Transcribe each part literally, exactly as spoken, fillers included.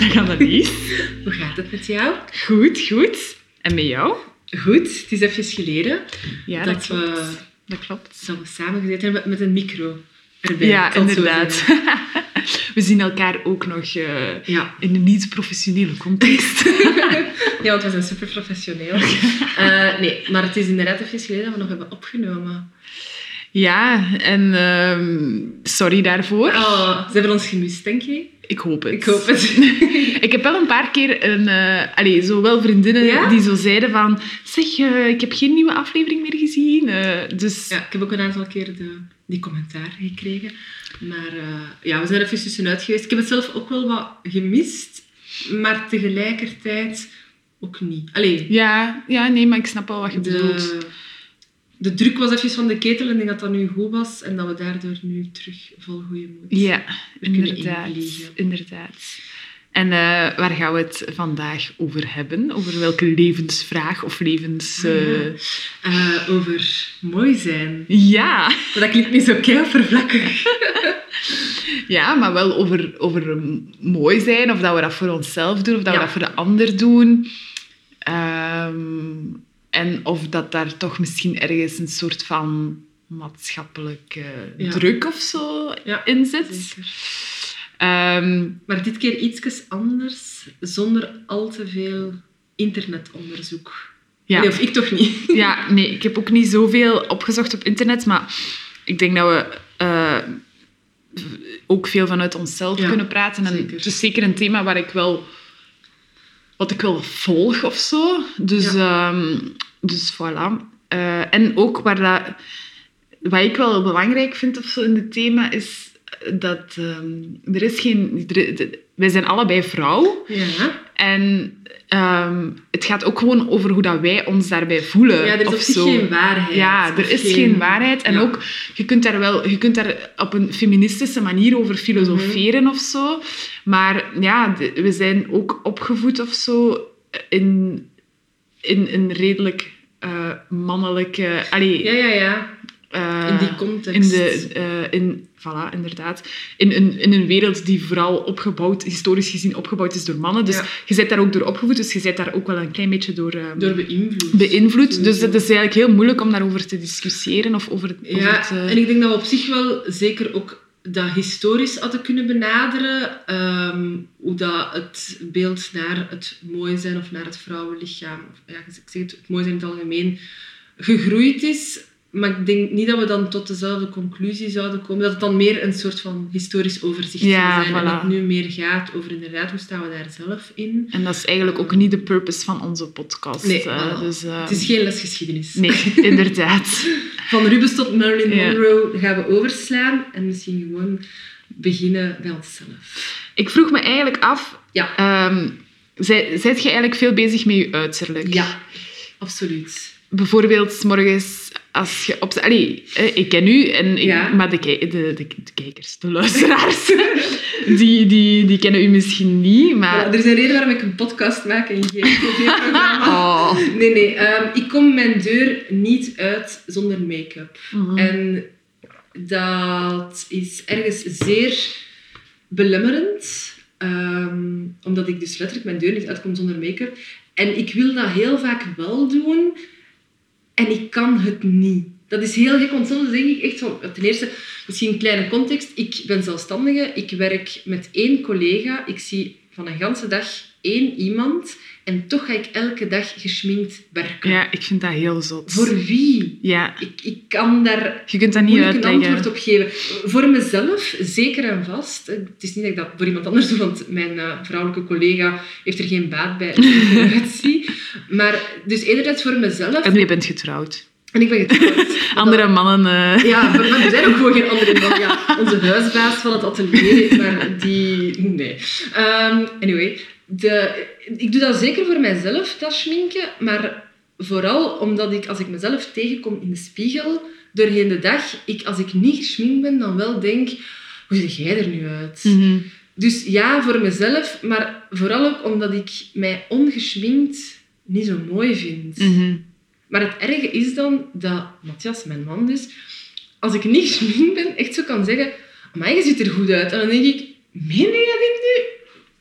Dag Annelies. Hoe gaat het met jou? Goed, goed. En met jou? Goed, het is even geleden ja, dat, dat, klopt. we, dat klopt. dat we samen gezeten hebben met een micro erbij. Ja, inderdaad. We zien elkaar ook nog uh, ja. in een niet-professionele context. Ja, want we zijn super professioneel. Uh, nee, maar het is inderdaad even geleden dat we nog hebben opgenomen. Ja, en uh, sorry daarvoor. Oh, ze hebben ons gemist, denk je? Ik hoop het. Ik hoop het. Ik heb wel een paar keer een, uh, allez, zo wel vriendinnen ja? die zo zeiden van... Zeg, uh, ik heb geen nieuwe aflevering meer gezien. Uh, dus... Ja, ik heb ook een aantal keer de, die commentaar gekregen. Maar uh, ja, we zijn even tussenuit geweest. Ik heb het zelf ook wel wat gemist. Maar tegelijkertijd ook niet. Allee, ja, ja, nee, maar ik snap wel wat je de, bedoelt. De druk was even van de ketel en ik denk dat dat nu goed was. En dat we daardoor nu terug vol goede moed ja, inderdaad, inderdaad. En uh, waar gaan we het vandaag over hebben? Over welke levensvraag of levens... Uh... Uh, over mooi zijn. Ja. Dat klinkt niet zo kei oppervlakkig. Ja, maar wel over, over mooi zijn. Of dat we dat voor onszelf doen. Of dat ja. we dat voor de ander doen. Um, en of dat daar toch misschien ergens een soort van maatschappelijke ja. druk of zo ja, in zit. Zeker. Um, maar dit keer iets anders, zonder al te veel internetonderzoek. Ja. Nee, of ik toch niet? Ja, nee, ik heb ook niet zoveel opgezocht op internet, maar ik denk dat we uh, ook veel vanuit onszelf ja, kunnen praten. En zeker. Het is zeker een thema waar ik wel... wat ik wel volg of zo. Dus, ja. um, dus voilà. Uh, en ook waar dat... Wat ik wel belangrijk vind of zo in het thema is dat um, er is geen... Er, de, wij zijn allebei vrouw. Ja. En um, het gaat ook gewoon over hoe dat wij ons daarbij voelen. Ja, er is of op zich zo. geen waarheid. Ja, er is geen... geen waarheid. En ja. ook, je kunt daar wel... Je kunt daar op een feministische manier over filosoferen mm-hmm. of zo. Maar ja, de, we zijn ook opgevoed of zo in, in een redelijk uh, mannelijke... Allee, ja, ja, ja. Uh, in die context. In de, uh, in, voilà, inderdaad. In, in, in een wereld die vooral opgebouwd, historisch gezien opgebouwd is door mannen. Dus ja. je bent daar ook door opgevoed, dus je bent daar ook wel een klein beetje door... Um, door beïnvloed. beïnvloed. Dus het is eigenlijk heel moeilijk om daarover te discussiëren. Of over, ja, over het, uh... en ik denk dat we op zich wel zeker ook dat historisch hadden kunnen benaderen. Um, hoe dat het beeld naar het mooi zijn of naar het vrouwenlichaam, ja, ik zeg het, het mooi zijn in het algemeen, gegroeid is. Maar ik denk niet dat we dan tot dezelfde conclusie zouden komen. Dat het dan meer een soort van historisch overzicht ja, zou zijn. Voilà. En dat het nu meer gaat over inderdaad, hoe staan we daar zelf in. En dat is eigenlijk ook niet de purpose van onze podcast. Nee, uh, voilà. dus, uh... Het is geen lesgeschiedenis. Nee, inderdaad. Van Rubens tot Marilyn ja. Monroe gaan we overslaan. En misschien gewoon beginnen bij onszelf. Ik vroeg me eigenlijk af... Ja. Um, Zijt je eigenlijk veel bezig met je uiterlijk? Ja, absoluut. Bijvoorbeeld 's morgens als je op... Allee, ik ken u, en ik, ja. maar de, de, de, de kijkers, de luisteraars, die, die, die kennen u misschien niet, maar... Ja, er is een reden waarom ik een podcast maak en geen tv-programma. Oh. Nee, nee. Um, ik kom mijn deur niet uit zonder make-up. Mm-hmm. En dat is ergens zeer belemmerend, um, omdat ik dus letterlijk mijn deur niet uitkom zonder make-up. En ik wil dat heel vaak wel doen... En ik kan het niet. Dat is heel gek, want soms denk ik echt van... Ten eerste, misschien een kleine context. Ik ben zelfstandige. Ik werk met één collega. Ik zie van een ganse dag één iemand. En toch ga ik elke dag geschminkt werken. Ja, ik vind dat heel zot. Voor wie? Ja. Ik, ik kan daar Je kunt dat niet moeilijk uitleggen. een antwoord op geven. Voor mezelf, zeker en vast. Het is niet dat ik dat voor iemand anders doe, want mijn uh, vrouwelijke collega heeft er geen baat bij als ik eruit zie. Maar dus enerzijds voor mezelf... En je bent getrouwd. En ik ben getrouwd. Andere mannen... Uh... Ja, maar, maar er zijn ook gewoon geen andere mannen. Ja, onze huisbaas van het atelier, maar die... Nee. Um, anyway, de, ik doe dat zeker voor mijzelf, dat schminken, maar vooral omdat ik, als ik mezelf tegenkom in de spiegel, doorheen de dag, ik, als ik niet geschminkt ben, dan wel denk, hoe zie jij er nu uit? Mm-hmm. Dus ja, voor mezelf, maar vooral ook omdat ik mij ongeschminkt niet zo mooi vind. Mm-hmm. Maar het erge is dan dat Matthias, mijn man dus, als ik niet geschminkt ben, echt zo kan zeggen, amai, je ziet er goed uit. En dan denk ik, meen je dat ik nu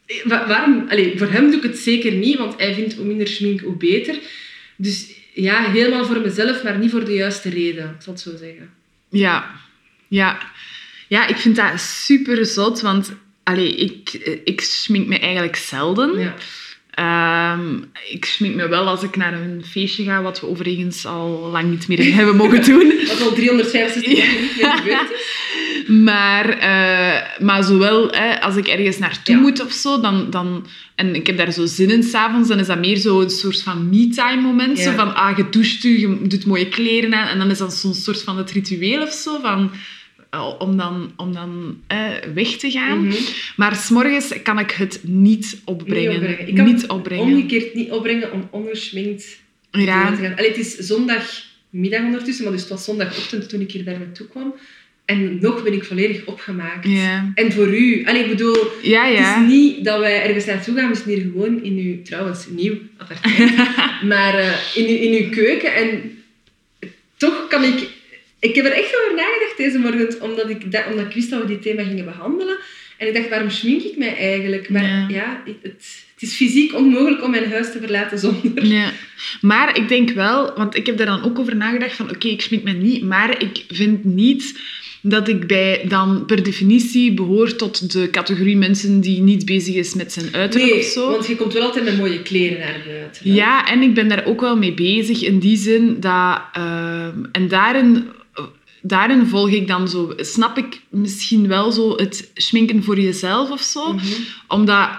Wa- waarom? Allee, voor hem doe ik het zeker niet, want hij vindt hoe minder schmink, hoe beter. Dus ja, helemaal voor mezelf, maar niet voor de juiste reden. Ik zal het zo zeggen. Ja. Ja. Ja, ik vind dat super zot, want allee, ik, ik schmink me eigenlijk zelden. Ja. Ehm, ik schmink me wel als ik naar een feestje ga, wat we overigens al lang niet meer hebben mogen doen. Wat al driehonderdvijfenzestig jaar niet meer gebeurd is. Maar, uh, maar zowel hè, als ik ergens naartoe Ja. moet of zo, dan, dan, en ik heb daar zo zin in s'avonds, dan is dat meer zo een soort van me-time moment. Ja. Zo van, ah, je doucht u, je doet mooie kleren aan. En dan is dat zo'n soort van het ritueel of zo, van, uh, om dan, om dan uh, weg te gaan. Mm-hmm. Maar 's morgens kan ik het niet opbrengen. Niet opbrengen. Ik kan Niet het opbrengen. omgekeerd niet opbrengen om ongeschminkt Ja. te gaan. Allee, het is zondagmiddag ondertussen, maar dus het was zondagochtend toen ik hier daar naartoe kwam. En nog ben ik volledig opgemaakt. Ja. En voor u. Allee, ik bedoel, Ja, ja. het is niet dat wij ergens naartoe gaan. We zitten hier gewoon in uw, trouwens, nieuw appartement. maar uh, in, uw, in uw keuken. En toch kan ik... Ik heb er echt over nagedacht deze morgen, omdat ik, da, omdat ik wist dat we dit thema gingen behandelen. En ik dacht, waarom schmink ik mij eigenlijk? Maar ja, Ja. het, het is fysiek onmogelijk om mijn huis te verlaten zonder... Ja. Maar ik denk wel, want ik heb daar dan ook over nagedacht van oké, okay, ik schmink me niet, maar ik vind niet dat ik bij dan per definitie behoor tot de categorie mensen die niet bezig is met zijn uiterlijk Nee, of zo. want je komt wel altijd met mooie kleren naar buiten. Hè? Ja, en ik ben daar ook wel mee bezig in die zin dat... Uh, en daarin... Daarin volg ik dan zo... Snap ik misschien wel zo het schminken voor jezelf of zo. Mm-hmm. Omdat...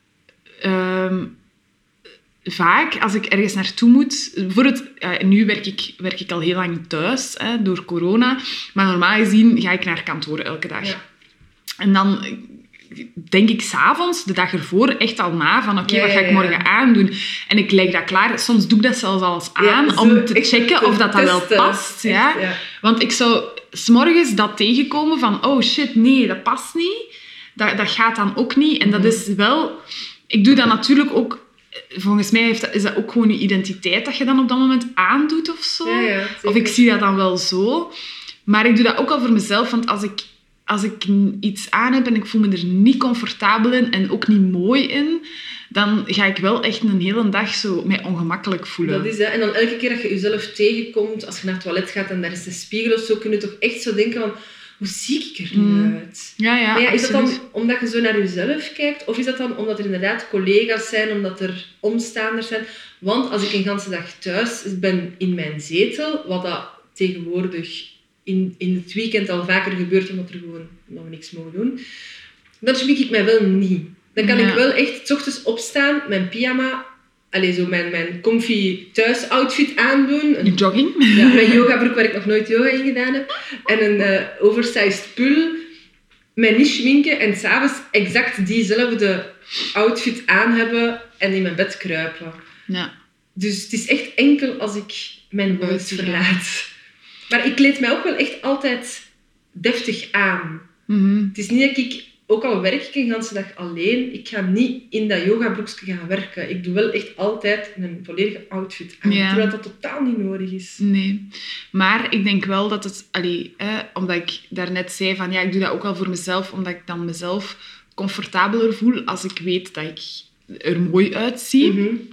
Um, vaak, als ik ergens naartoe moet... Bijvoorbeeld, uh, nu werk ik, werk ik al heel lang thuis, hè, door corona. Maar normaal gezien ga ik naar kantoor elke dag. Ja. En dan denk ik 's avonds, de dag ervoor, echt al na van oké, okay, ja, wat ga ik ja, ja. morgen aandoen? En ik leg dat klaar. Soms doe ik dat zelfs al eens aan, Ja, zo, om te echt checken te of dat, dat wel testen. past. Echt, ja. ja. Want ik zou 's morgens dat tegenkomen van oh shit, nee, dat past niet. Dat, dat gaat dan ook niet. En dat is wel... Ik doe dat natuurlijk ook... Volgens mij heeft dat, is dat ook gewoon je identiteit dat je dan op dat moment aandoet of zo. Ja, ja, of ik zie dat dan wel zo. Maar ik doe dat ook al voor mezelf, want als ik, als ik iets aan heb en ik voel me er niet comfortabel in en ook niet mooi in, dan ga ik wel echt een hele dag zo mij ongemakkelijk voelen. Dat is, hè. En dan elke keer dat je jezelf tegenkomt, als je naar het toilet gaat en daar is de spiegel of zo, kun je toch echt zo denken van... Hoe zie ik er nu Mm. uit? Ja, ja, maar ja, is dat dan absoluut. omdat je zo naar jezelf kijkt? Of is dat dan omdat er inderdaad collega's zijn, omdat er omstaanders zijn? Want als ik een ganse dag thuis ben in mijn zetel, wat dat tegenwoordig in, in het weekend al vaker gebeurt, omdat, er gewoon, omdat we niks mogen doen, dan schmink ik mij wel niet. Dan kan Ja. ik wel echt 's ochtends opstaan, mijn pyjama... Allee, zo mijn, mijn comfy thuis-outfit aandoen. Je jogging? Ja, mijn yogabroek waar ik nog nooit yoga in gedaan heb. En een uh, oversized pul. Mij niet schminken en s'avonds exact diezelfde outfit aan hebben en in mijn bed kruipen. Ja. Dus het is echt enkel als ik mijn huis Ja. verlaat. Maar ik kleed mij ook wel echt altijd deftig aan. Mm-hmm. Het is niet dat ik... Ook al werk ik een hele dag alleen, ik ga niet in dat yogabroekje gaan werken. Ik doe wel echt altijd een volledige outfit aan. Ja. Terwijl dat totaal niet nodig is. Nee. Maar ik denk wel dat het... Allee, eh, omdat ik daarnet zei van... Ja, ik doe dat ook wel voor mezelf, omdat ik dan mezelf comfortabeler voel als ik weet dat ik er mooi uitzie. Mm-hmm.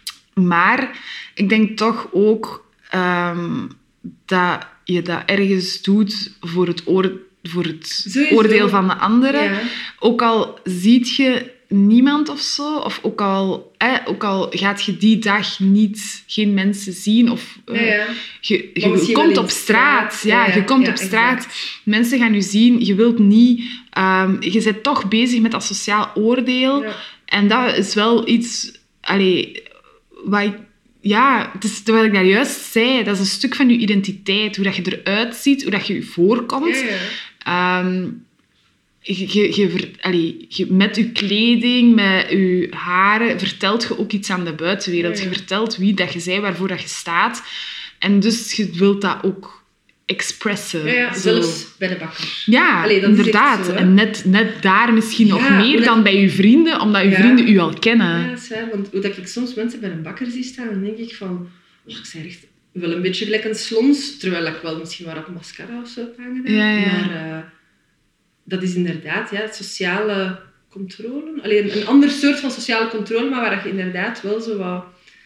Maar ik denk toch ook um, dat je dat ergens doet voor het, oor, voor het oordeel van de anderen. Ja. Ook al ziet je niemand of zo, of ook al, eh, ook al gaat je die dag niet, geen mensen zien, of uh, ja, ja. je, je komt op straat. straat. Ja, Ja, je komt ja, op straat. exact. Mensen gaan je zien. Je wilt niet... Um, je bent toch bezig met dat sociaal oordeel. Ja. En dat is wel iets... Allee, wat ik, ja, het is, terwijl ik daar juist zei, dat is een stuk van je identiteit. Hoe dat je eruit ziet, hoe dat je je voorkomt. Ja, ja. Um, je, je, je, ver, allee, je, met je kleding, met je haren, vertelt je ook iets aan de buitenwereld. Ja, ja. Je vertelt wie dat je bent, waarvoor dat je staat. En dus je wilt dat ook expressen. Ja, ja, zo. zelfs bij de bakker. Ja, Allee, dat is inderdaad. echt zo, hè. En net, net daar misschien nog Ja, meer hoe dan dat- bij je vrienden, omdat je Ja. vrienden u al kennen. Ja, dat is waar. Want hoe dat ik soms mensen bij een bakker zie staan, dan denk ik van... Oh, ik zei echt wel een beetje gelijk een slons. Terwijl ik wel misschien wat op mascara of zo heb aangedaan. Ja, ja. Maar uh, dat is inderdaad ja, het sociale controle. Alleen een, een ander soort van sociale controle, maar waar je inderdaad wel zo wat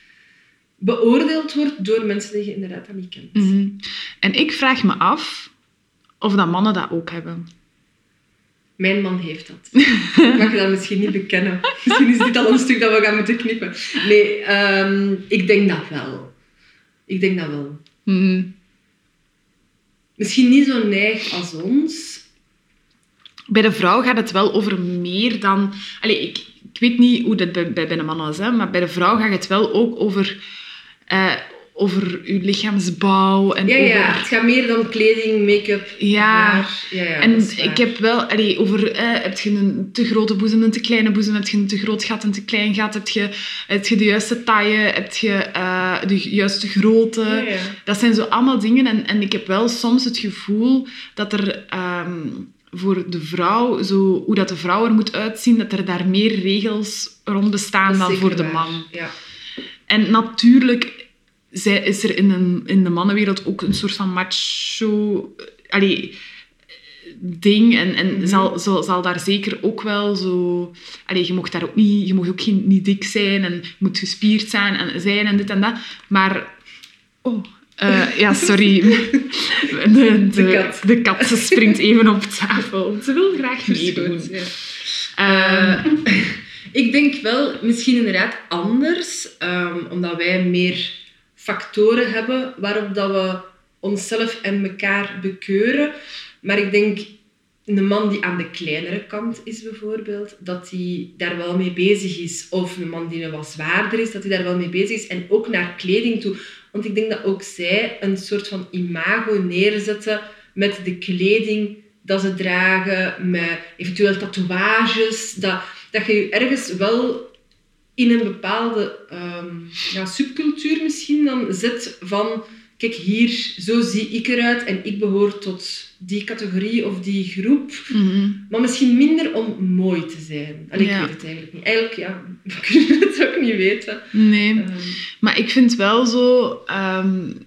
beoordeeld wordt door mensen die je inderdaad dan niet kent. Mm-hmm. En ik vraag me af of dat mannen dat ook hebben. Mijn man heeft dat. Ik mag je dat misschien niet bekennen. Misschien is dit al een stuk dat we gaan moeten knippen. Nee, um, ik denk dat wel. Ik denk dat wel. Mm-hmm. Misschien niet zo neig als ons. Bij de vrouw gaat het wel over meer dan... Allee, ik, ik weet niet hoe dat bij, bij, bij de man is, hè, maar bij de vrouw gaat het wel ook over... Uh, over uw lichaamsbouw. En ja, over... ja, het gaat meer dan kleding, make-up, ja. haar. Ja, ja, en ik heb wel... Allee, over, eh, heb je een te grote boezem, een te kleine boezem, heb je een te groot gat, een te klein gat, heb je, heb je de juiste taille, heb je uh, de juiste grootte. Ja, ja. Dat zijn zo allemaal dingen. En, en ik heb wel soms het gevoel dat er... Um, voor de vrouw, zo, hoe dat de vrouw er moet uitzien, dat er daar meer regels rond bestaan dan voor de waar. man. Ja. En natuurlijk zij, is er in, een, in de mannenwereld ook een soort van macho... Allee, ding. En, en mm-hmm. zal, zal, zal daar zeker ook wel zo... Allee, je mag daar ook niet... Je mag ook geen, niet dik zijn en je moet gespierd zijn en, zijn en dit en dat. Maar... Oh... Uh, ja, sorry. De, de, de, kat. de kat ze springt even op tafel. Ze wil graag meedoen. Ja. Uh, ik denk wel, misschien inderdaad anders, um, omdat wij meer factoren hebben waarop dat we onszelf en elkaar bekeuren. Maar ik denk, een man die aan de kleinere kant is bijvoorbeeld, dat hij daar wel mee bezig is. Of een man die wat zwaarder is, dat hij daar wel mee bezig is. En ook naar kleding toe. Want ik denk dat ook zij een soort van imago neerzetten met de kleding dat ze dragen, met eventueel tatoeages. Dat, dat je je ergens wel in een bepaalde um, ja, subcultuur misschien dan zet van... Kijk, hier, zo zie ik eruit en ik behoor tot die categorie of die groep. Mm-hmm. Maar misschien minder om mooi te zijn. Allee, ja. Ik weet het eigenlijk niet. Eigenlijk, ja, we kunnen het ook niet weten. Nee, um, maar ik vind wel zo... Um,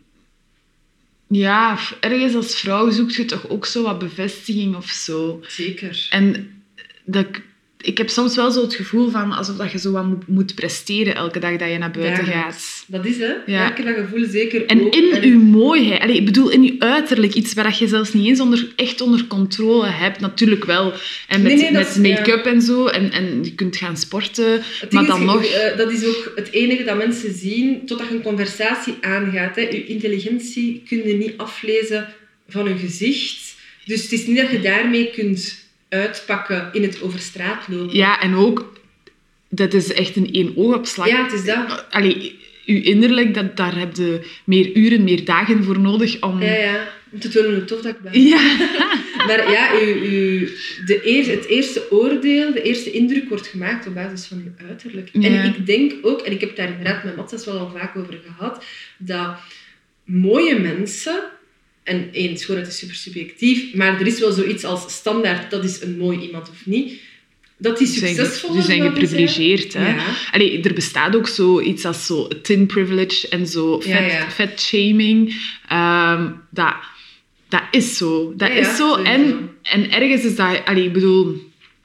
ja, ergens als vrouw zoekt je toch ook zo wat bevestiging of zo. Zeker. En dat... Ik heb soms wel zo het gevoel van alsof dat je zo wat moet, moet presteren elke dag dat je naar buiten ja, gaat. Dat is, hè. Ja. Ja, ik heb dat gevoel zeker en ook. in en... je mooiheid. Allee, ik bedoel, in je uiterlijk. Iets waar je zelfs niet eens onder, echt onder controle hebt. Natuurlijk wel. En met, nee, nee, met make-up ja. en zo. En, en je kunt gaan sporten. Maar dan is, nog... Uh, dat is ook het enige dat mensen zien totdat je een conversatie aangaat. Hè. Je intelligentie kun je niet aflezen van je gezicht. Dus het is niet dat je daarmee kunt... uitpakken in het over straat lopen. Ja, en ook, dat is echt een één oogopslag. Ja, het is dat. Allee, je innerlijk, dat, daar heb je meer uren, meer dagen voor nodig om... Ja, ja. Om te tonen hoe tof dat ik ben. Ja. Maar ja, u, u, de eer, het eerste oordeel, de eerste indruk wordt gemaakt op basis van je uiterlijk. Ja. En ik denk ook, en ik heb daar inderdaad met Matthias wel al vaak over gehad, dat mooie mensen... En één, schoonheid is super subjectief, maar er is wel zoiets als standaard, dat is een mooi iemand of niet. Dat die succesvol Die zijn geprivilegeerd. Hè? Ja. Allee, er bestaat ook zoiets als zo tin privilege en zo vet, ja, ja. vet shaming. Um, dat, dat is zo. Dat ja, is zo. Ja, en, en ergens is dat... Allee, ik bedoel...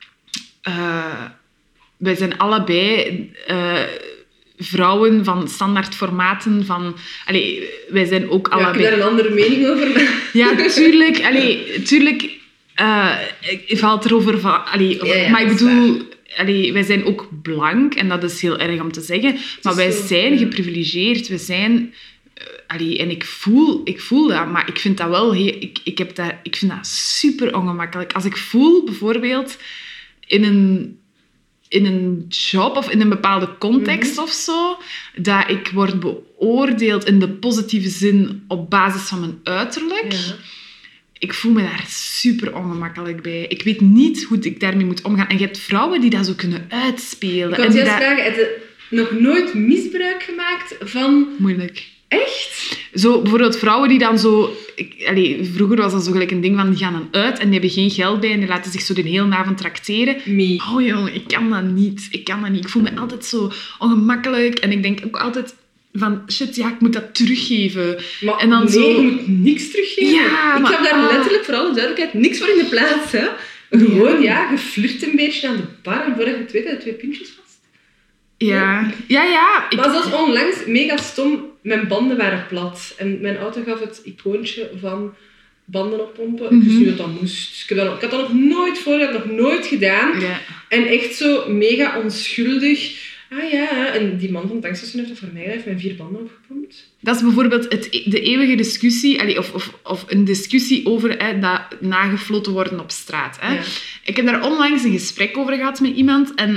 Uh, wij zijn allebei... Uh, vrouwen van standaard formaten van... Allee, wij zijn ook ja, allebei... Ik heb daar een andere mening over. Ja, tuurlijk. Allee, tuurlijk uh, valt erover van... Allee, over, ja, ja, maar ik bedoel... Allee, wij zijn ook blank, en dat is heel erg om te zeggen. Maar wij zo, zijn ja. geprivilegeerd. We zijn... Uh, allee, en ik voel, ik voel dat, maar ik vind dat wel... Heel, ik, ik, heb dat, ik vind dat super ongemakkelijk. Als ik voel, bijvoorbeeld, in een... in een job of in een bepaalde context mm-hmm. of zo, dat ik word beoordeeld in de positieve zin op basis van mijn uiterlijk. Ja. Ik voel me daar super ongemakkelijk bij. Ik weet niet hoe ik daarmee moet omgaan. En je hebt vrouwen die dat zo kunnen uitspelen. Ik wil je daar... vragen, heb je nog nooit misbruik gemaakt van... Moeilijk. Echt? Zo, bijvoorbeeld vrouwen die dan zo... Ik, allez, vroeger was dat zo gelijk een ding van, die gaan dan uit en die hebben geen geld bij en die laten zich zo de hele avond trakteren. Me. Oh jongen, ik kan dat niet. Ik kan dat niet. Ik voel me altijd zo ongemakkelijk en ik denk ook altijd van, shit, ja, ik moet dat teruggeven. Maar en dan nee, zo... je moet niks teruggeven. Ja, ik maar, heb daar ah. letterlijk, voor alle duidelijkheid, niks voor in de plaats. Hè? Gewoon, ja, je flirt een beetje aan de bar en voordat je het weet, heb je twee pintjes vast. Ja, ja, ja. Ik... Maar zoals onlangs, mega stom, mijn banden waren plat. En mijn auto gaf het icoontje van banden oppompen. Mm-hmm. Ik wist niet dat dat moest. Ik, heb dat, ik had dat nog nooit voor, ik had dat nog nooit gedaan. Ja. En echt zo mega onschuldig. Ah ja, en die man van het tankstation heeft dat voor mij, hij heeft mijn vier banden opgepompt. Dat is bijvoorbeeld het, de eeuwige discussie, allee, of, of, of een discussie over hè, dat nagefloten worden op straat. Hè. Ja. Ik heb daar onlangs een gesprek over gehad met iemand en...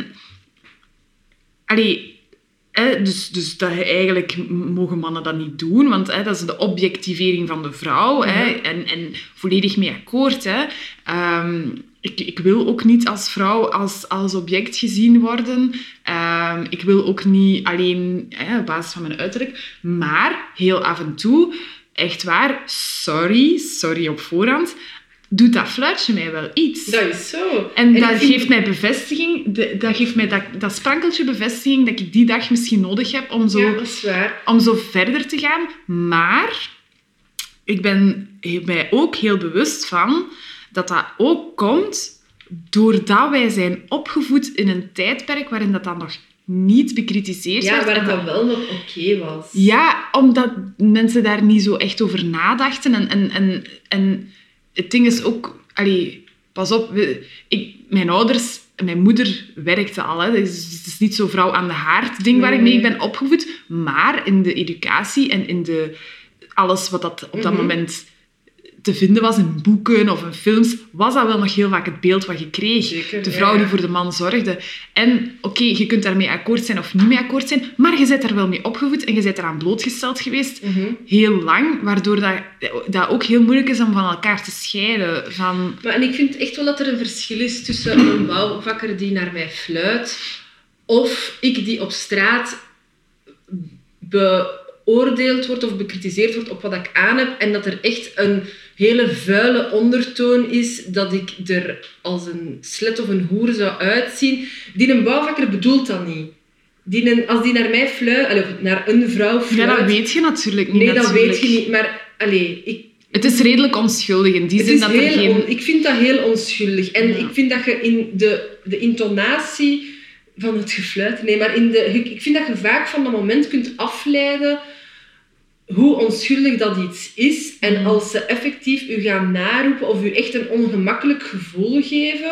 Allee, hè, dus, dus dat eigenlijk mogen mannen dat niet doen, want hè, dat is de objectivering van de vrouw. Ja. Hè, en, en volledig mee akkoord. Hè. Um, ik, ik wil ook niet als vrouw als, als object gezien worden. Um, ik wil ook niet alleen hè, op basis van mijn uiterlijk. Maar heel af en toe, echt waar, sorry, sorry op voorhand... doet dat fluitje mij wel iets. Dat is zo. En, en dat vind... geeft mij bevestiging, de, dat geeft mij dat, dat sprankeltje bevestiging dat ik die dag misschien nodig heb om zo, ja, dat is waar. om zo verder te gaan. Maar ik ben mij ook heel bewust van dat dat ook komt doordat wij zijn opgevoed in een tijdperk waarin dat dan nog niet bekritiseerd ja, werd. Ja, waar dat dat wel nog oké okay was. Ja, omdat mensen daar niet zo echt over nadachten. En... en, en, en het ding is ook... Allee, pas op. We, ik, mijn ouders... Mijn moeder werkte al. Hè. Het, is, het is niet zo'n vrouw aan de haard ding waar ik mee ben opgevoed. Maar in de educatie en in de, alles wat dat op dat mm-hmm. moment te vinden was in boeken of in films, was dat wel nog heel vaak het beeld wat je kreeg. Zeker, de vrouw ja. die voor de man zorgde. En oké, okay, je kunt daarmee akkoord zijn of niet mee akkoord zijn, maar je bent daar wel mee opgevoed en je bent eraan blootgesteld geweest. Mm-hmm. Heel lang, waardoor dat, dat ook heel moeilijk is om van elkaar te scheiden. Van... Maar, en ik vind echt wel dat er een verschil is tussen een bouwvakker die naar mij fluit of ik die op straat beoordeeld wordt of bekritiseerd wordt op wat ik aan heb en dat er echt een hele vuile ondertoon is dat ik er als een slet of een hoer zou uitzien. Die een bouwvakker bedoelt dat niet. Die een, als die naar mij fluit, of naar een vrouw fluit... Ja, dat weet je natuurlijk niet. Nee, natuurlijk. dat weet je niet. Maar, allee, ik... Het is redelijk onschuldig in die het zin dat er geen... On, ik vind dat heel onschuldig. En ja. ik vind dat je in de, de intonatie van het gefluit... Nee, maar in de, ik vind dat je vaak van dat moment kunt afleiden hoe onschuldig dat iets is. En als ze effectief u gaan naroepen of u echt een ongemakkelijk gevoel geven,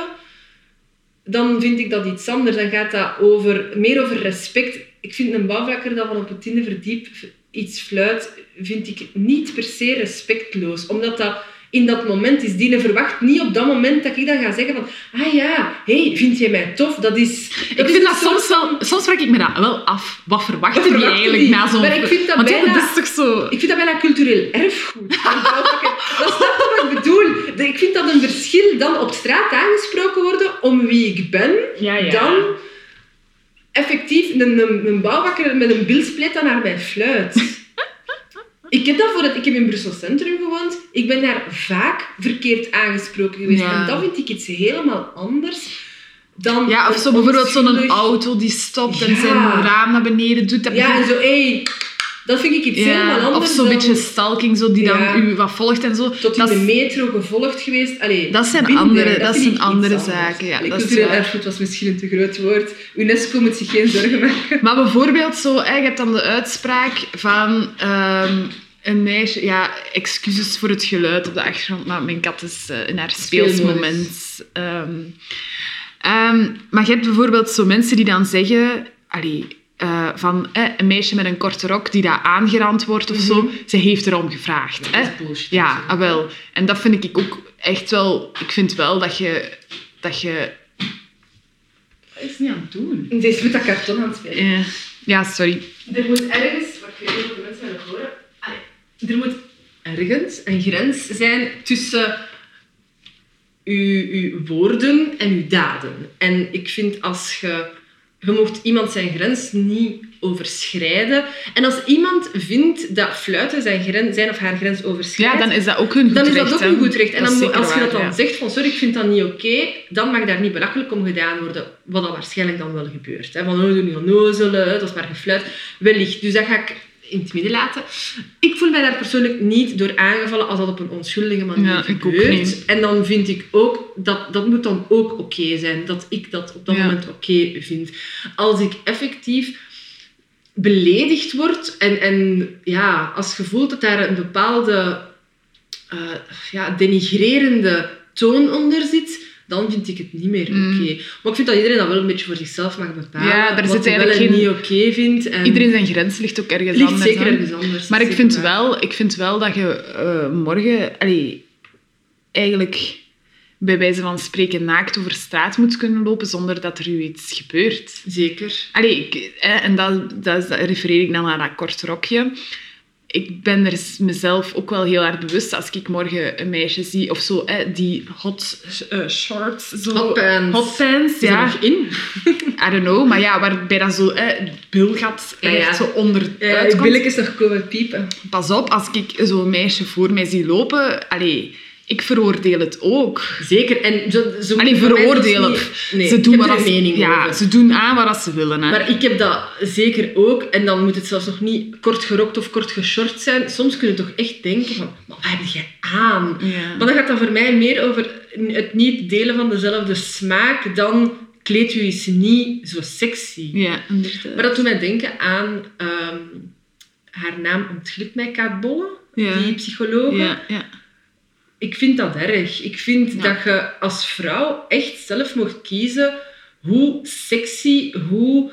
dan vind ik dat iets anders. Dan gaat dat over, meer over respect. Ik vind een bouwvakker dat van op het tiende verdiep iets fluit, vind ik niet per se respectloos. Omdat dat in dat moment is. Die verwacht niet op dat moment dat ik dan ga zeggen van ah ja, hey, vind jij mij tof? Dat is... Dat ik is vind dat soort... soms wel... Soms vraag ik me dat wel af. Wat verwacht je eigenlijk die? na zo'n... Maar ik vind dat Want bijna... ja, dat is toch zo... Ik vind dat bijna cultureel erfgoed. Dat snap je wat ik bedoel. Ik vind dat een verschil dan op straat aangesproken worden om wie ik ben, ja, ja. dan effectief een, een, een bouwvakker met een bilspleet dan naar mij fluit. Ik heb, dat voor het, ik heb in Brussel Centrum gewoond. Ik ben daar vaak verkeerd aangesproken geweest. Ja. En dat vind ik iets helemaal anders dan... Ja, of zo bijvoorbeeld zo'n auto die stopt ja. en zijn raam naar beneden doet. Dat ja, en zo, hey, dat vind ik iets ja. helemaal anders. Of zo'n dan... beetje stalking, zo, die ja. dan u wat volgt en zo. Tot in dat de metro gevolgd geweest. Allee, dat zijn binden, andere, dat dat zijn andere zaken. Ja, Allee, cultureel erfgoed was misschien een te groot woord. UNESCO moet zich geen zorgen maken. Maar bijvoorbeeld zo, hè, je hebt dan de uitspraak van... Um, een meisje... Ja, excuses voor het geluid op de achtergrond, maar mijn kat is uh, in haar speelsmoment. Um, um, maar je hebt bijvoorbeeld zo mensen die dan zeggen... Allee, uh, van eh, een meisje met een korte rok die daar aangerand wordt of mm-hmm. zo, ze heeft erom gevraagd. Ja, hè? dat is bullshit. Ja, ah, wel. En dat vind ik ook echt wel... Ik vind wel dat je... Dat je... Wat is niet aan het doen? Deze is met dat karton aan het spelen. Uh, ja, sorry. Er moet ergens... Wat ik weet niet of de mensen willen horen... Allee, er moet ergens een grens zijn tussen uw, uw woorden en uw daden. En ik vind als je... Je mocht iemand zijn grens niet overschrijden. En als iemand vindt dat fluiten zijn, grens, zijn of haar grens overschrijdt... Ja, dan is dat ook een goed recht. recht. Dan is dat ook een goed recht. En dan, als je dat dan waar, ja. zegt van sorry, ik vind dat niet oké, okay, dan mag daar niet belachelijk om gedaan worden. Wat dan waarschijnlijk dan wel gebeurt. Hè. Van, oh, doe niet onnozel, dat is maar gefluit. Wellicht. Dus dat ga ik... in het midden laten. Ik voel mij daar persoonlijk niet door aangevallen als dat op een onschuldige manier Ja, ik ook gebeurt. niet. En dan vind ik ook, dat, dat moet dan ook oké okay zijn. Dat ik dat op dat Ja. moment oké okay vind. Als ik effectief beledigd word en, en ja, als je voelt dat daar een bepaalde uh, ja, denigrerende toon onder zit, dan vind ik het niet meer oké. Okay. Mm. Maar ik vind dat iedereen dat wel een beetje voor zichzelf mag bepalen. Ja, daar wat zit hij wel en geen... niet oké okay vindt. En iedereen zijn grens ligt ook ergens ligt anders. zeker Hè? ergens anders. Maar ik vind, wel, ik vind wel dat je uh, morgen... Allee, eigenlijk bij wijze van spreken naakt over straat moet kunnen lopen zonder dat er u iets gebeurt. Zeker. Allee, ik, hè, en dat, dat, dat refereer ik dan naar dat kort rokje. Ik ben er mezelf ook wel heel erg bewust als ik morgen een meisje zie of zo, hè, die hot uh, shorts, zo, hot pants, hot pants is ja. er nog in? I don't know, maar ja, waarbij dat zo hè, het bilgat ja, ja. echt zo onderuit ja, komt. Je billetjes nog komen piepen. Pas op, als ik zo'n meisje voor mij zie lopen, allee, ik veroordeel het ook. Zeker. En zo, zo allee, veroordelen. Niet... Nee, ze doen wat wat ze, mening ja, over. ze doen aan wat ze willen. Hè. Maar ik heb dat zeker ook. En dan moet het zelfs nog niet kort gerokt of kort geshort zijn. Soms kun je toch echt denken van, maar wat heb je aan? Ja. Maar dan gaat dat voor mij meer over het niet delen van dezelfde smaak dan kleed je eens niet zo sexy. Ja, inderdaad. Maar dat doet mij denken aan... Um, haar naam ontglipt mij, Kaat Bolle, ja. die psychologe. Ja, ja. Ik vind dat erg. Ik vind ja. dat je als vrouw echt zelf mocht kiezen hoe sexy, hoe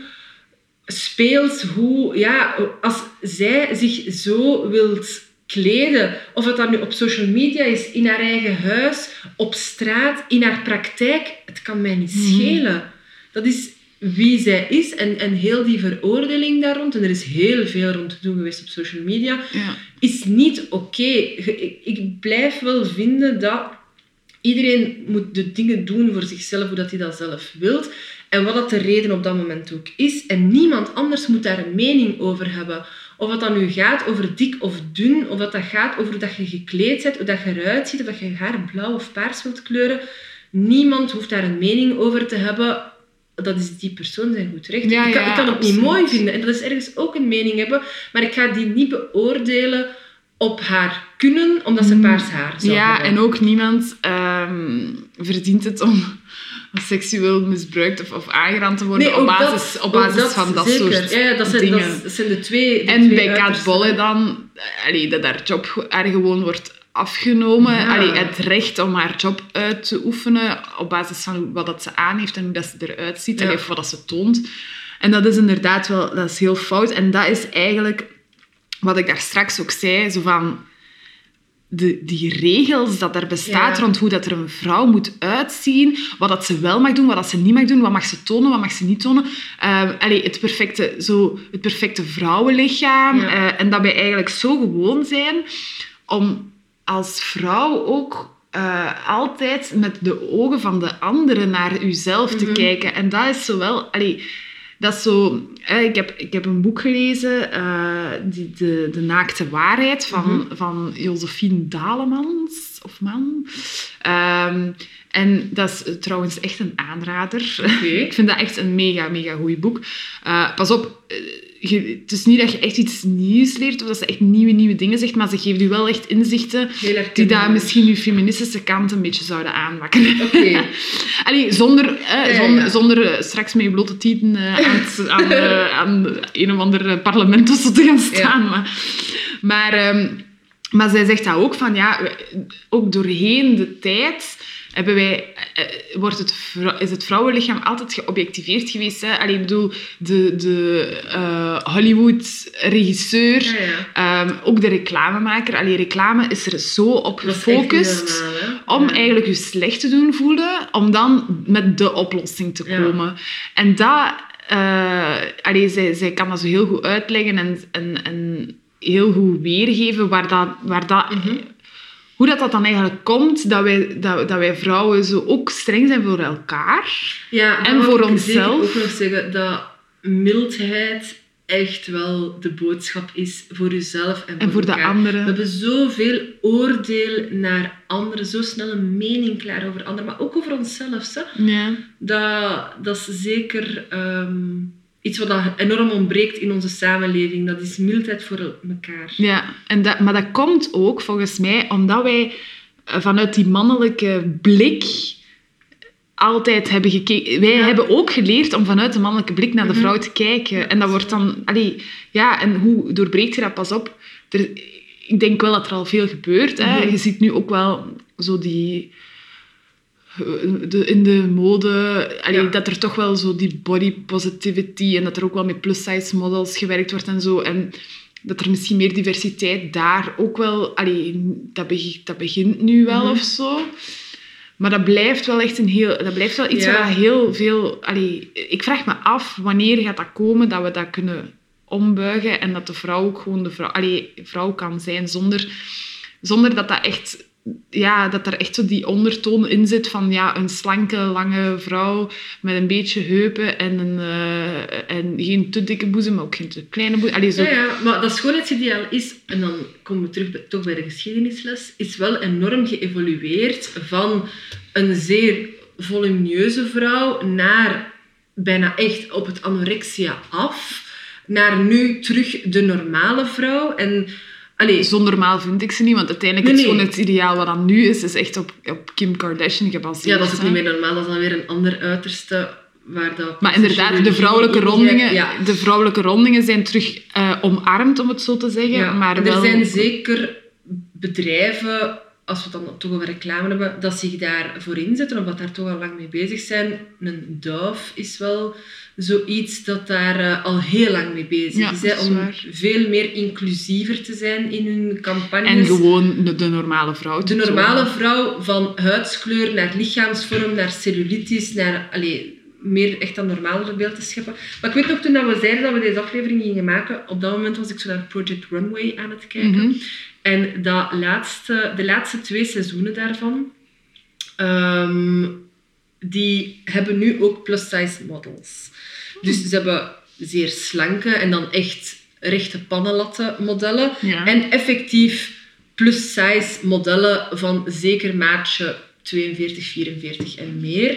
speels, hoe... Ja, als zij zich zo wilt kleden, of het dan nu op social media is, in haar eigen huis, op straat, in haar praktijk, het kan mij niet schelen. Mm. Dat is wie zij is en, en heel die veroordeling daar rond, en er is heel veel rond te doen geweest op social media, ja. is niet oké. Okay. Ik, ik blijf wel vinden dat iedereen moet de dingen doen voor zichzelf, hoe dat hij dat zelf wilt. En wat dat de reden op dat moment ook is. En niemand anders moet daar een mening over hebben. Of het dan nu gaat over dik of dun, of dat dat gaat over hoe dat je gekleed bent, hoe dat je eruit ziet, of dat je je haar blauw of paars wilt kleuren. Niemand hoeft daar een mening over te hebben. Dat is die persoon zijn goed recht. Ja, ik, kan, ja, ik kan het absoluut. niet mooi vinden. En dat is ergens ook een mening hebben. Maar ik ga die niet beoordelen op haar kunnen, omdat ze paars haar zou ja, hebben. En ook niemand um, verdient het om seksueel misbruikt of, of aangerand te worden nee, op basis, dat, op basis dat, van dat zeker. soort ja, dat zijn, dingen. Dat zijn de twee de En twee bij Kaat Bolle dan, allee, dat haar job er gewoon wordt afgenomen. Ja. Allee, het recht om haar job uit te oefenen op basis van wat dat ze aan heeft en hoe dat ze eruit ziet ja. en wat dat ze toont. En dat is inderdaad wel dat is heel fout. En dat is eigenlijk wat ik daar straks ook zei, zo van de, die regels dat er bestaat ja. rond hoe dat er een vrouw moet uitzien, wat dat ze wel mag doen, wat dat ze niet mag doen, wat mag ze tonen, wat mag ze niet tonen. Uh, allee, het, perfecte, zo, het perfecte vrouwenlichaam. Ja. Uh, en dat wij eigenlijk zo gewoon zijn om als vrouw ook uh, altijd met de ogen van de anderen naar uzelf te mm-hmm. kijken. En dat is zo wel... Allee, dat is zo... Eh, ik, heb, ik heb een boek gelezen, uh, die, de, de Naakte Waarheid, van, mm-hmm. van Josephine Dalemans. Of man. Um, en dat is uh, trouwens echt een aanrader. Okay. Ik vind dat echt een mega, mega goed boek. Uh, pas op... Uh, Je, het is niet dat je echt iets nieuws leert of dat ze echt nieuwe, nieuwe dingen zegt, maar ze geeft je wel echt inzichten die daar misschien je feministische kant een beetje zouden aanwakkeren. Okay. Allee, zonder, eh, ja, zonder, ja. zonder uh, straks met je blote tieten uh, aan, het, aan, uh, aan een of ander parlement of zo te gaan staan. Ja. Maar, maar, um, maar zij zegt dat ook, van ja, ook doorheen de tijd... Hebben wij, wordt het, is het vrouwenlichaam altijd geobjectiveerd geweest. Hè? Allee, ik bedoel, de, de uh, Hollywood-regisseur, ja, ja. Um, ook de reclamemaker. Allee, reclame is er zo op gefocust om ja. eigenlijk je slecht te doen voelen, om dan met de oplossing te komen. Ja. En dat... Uh, allee, zij, zij kan dat zo heel goed uitleggen en, en, en heel goed weergeven waar dat... Waar dat mm-hmm. Hoe dat, dat dan eigenlijk komt, dat wij, dat, dat wij vrouwen zo ook streng zijn voor elkaar. Ja, en voor ik onszelf. Ik ook nog zeggen dat mildheid echt wel de boodschap is voor jezelf en voor, en voor de anderen. We hebben zoveel oordeel naar anderen, zo snel een mening klaar over anderen, maar ook over onszelf. Hè? Ja. Dat, dat is zeker... Um, iets wat dat enorm ontbreekt in onze samenleving. Dat is mildheid voor elkaar. Ja, en dat, maar dat komt ook volgens mij omdat wij vanuit die mannelijke blik altijd hebben gekeken. Wij ja. hebben ook geleerd om vanuit de mannelijke blik naar de vrouw te kijken. Ja, en dat wordt dan... Allee, ja, en hoe doorbreekt je dat? Pas op. Er, ik denk wel dat er al veel gebeurt. Hè. Mm-hmm. Je ziet nu ook wel zo die... De, in de mode, allee, ja. dat er toch wel zo die body positivity en dat er ook wel met plus-size models gewerkt wordt en zo. En dat er misschien meer diversiteit daar ook wel... Allee, dat, begint, dat begint nu wel mm-hmm. of zo. Maar dat blijft wel echt een heel... Dat blijft wel iets ja. waar heel veel... Allee, ik vraag me af, wanneer gaat dat komen dat we dat kunnen ombuigen en dat de vrouw ook gewoon de vrouw, allee, vrouw kan zijn zonder, zonder dat dat echt... Ja, dat er echt zo die ondertoon in zit van ja, een slanke, lange vrouw met een beetje heupen en, een, uh, en geen te dikke boezem, maar ook geen te kleine boezem. Allee, zo. Ja, ja, maar dat schoonheidsideaal is, en dan komen we terug bij, toch bij de geschiedenisles, is wel enorm geëvolueerd van een zeer volumineuze vrouw naar bijna echt op het anorexia af, naar nu terug de normale vrouw. En allee, zo normaal vind ik ze niet, want uiteindelijk nee, nee. het schoonheidsideaal wat dat nu is, is echt op, op Kim Kardashian gebaseerd. Ja, dat is ook niet meer normaal. Dat is dan weer een ander uiterste. Waar dat maar inderdaad, de vrouwelijke, rondingen, ja. de vrouwelijke rondingen zijn terug uh, omarmd, om het zo te zeggen. Ja. Maar er wel... zijn zeker bedrijven, als we het dan toch over reclame hebben, dat zich daarvoor inzetten, of dat daar toch al lang mee bezig zijn. Een Dove is wel zoiets dat daar uh, al heel lang mee bezig ja, is. Hè, om waar. veel meer inclusiever te zijn in hun campagnes. En gewoon de, de normale vrouw. De normale vrouw, van huidskleur naar lichaamsvorm, naar cellulitis, naar... Allee, meer echt een normaler beeld te scheppen. Maar ik weet nog, toen we zeiden dat we deze aflevering gingen maken, op dat moment was ik zo naar Project Runway aan het kijken. Mm-hmm. En dat laatste, de laatste twee seizoenen daarvan, um, die hebben nu ook plus-size models. Dus ze hebben zeer slanke en dan echt rechte pannenlatten modellen. Ja. En effectief plus-size modellen van zeker maatje tweeënveertig, vierenveertig en meer.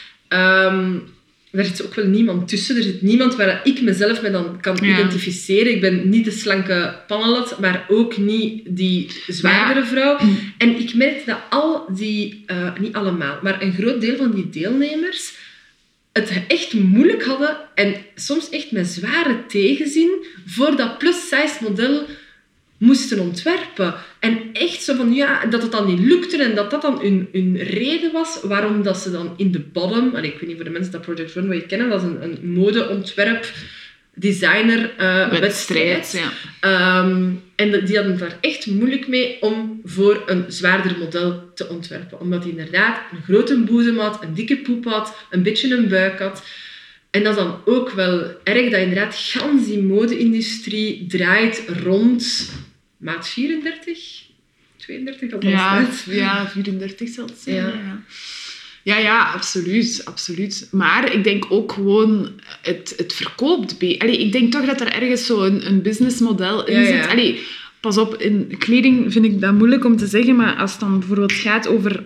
Um, daar zit ook wel niemand tussen. Er zit niemand waar ik mezelf mee dan kan ja. identificeren. Ik ben niet de slanke pannenlat, maar ook niet die zwaardere ja. vrouw. En ik merkte dat al die, uh, niet allemaal, maar een groot deel van die deelnemers het echt moeilijk hadden en soms echt met zware tegenzin voor dat plus-size model moesten ontwerpen. En echt zo van, ja, dat het dan niet lukte en dat dat dan hun, hun reden was waarom dat ze dan in de bottom... Allee, ik weet niet voor de mensen dat Project Runway kennen, dat is een, een modeontwerp, designer, uh, wedstrijd. Ja. Um, en die hadden daar echt moeilijk mee om voor een zwaarder model te ontwerpen. Omdat hij inderdaad een grote boezem had, een dikke poep had, een beetje een buik had. En dat is dan ook wel erg dat inderdaad gans die mode-industrie draait rond maat vierendertig, tweeëndertig althans. Ja, ja, vierendertig zal het zijn. Ja. Ja. Ja, ja, absoluut, absoluut. Maar ik denk ook gewoon, het, het verkoopt... Be- Allee, ik denk toch dat er ergens zo een, een businessmodel in ja, zit. Ja. Allee, pas op, in kleding vind ik dat moeilijk om te zeggen, maar als het dan bijvoorbeeld gaat over...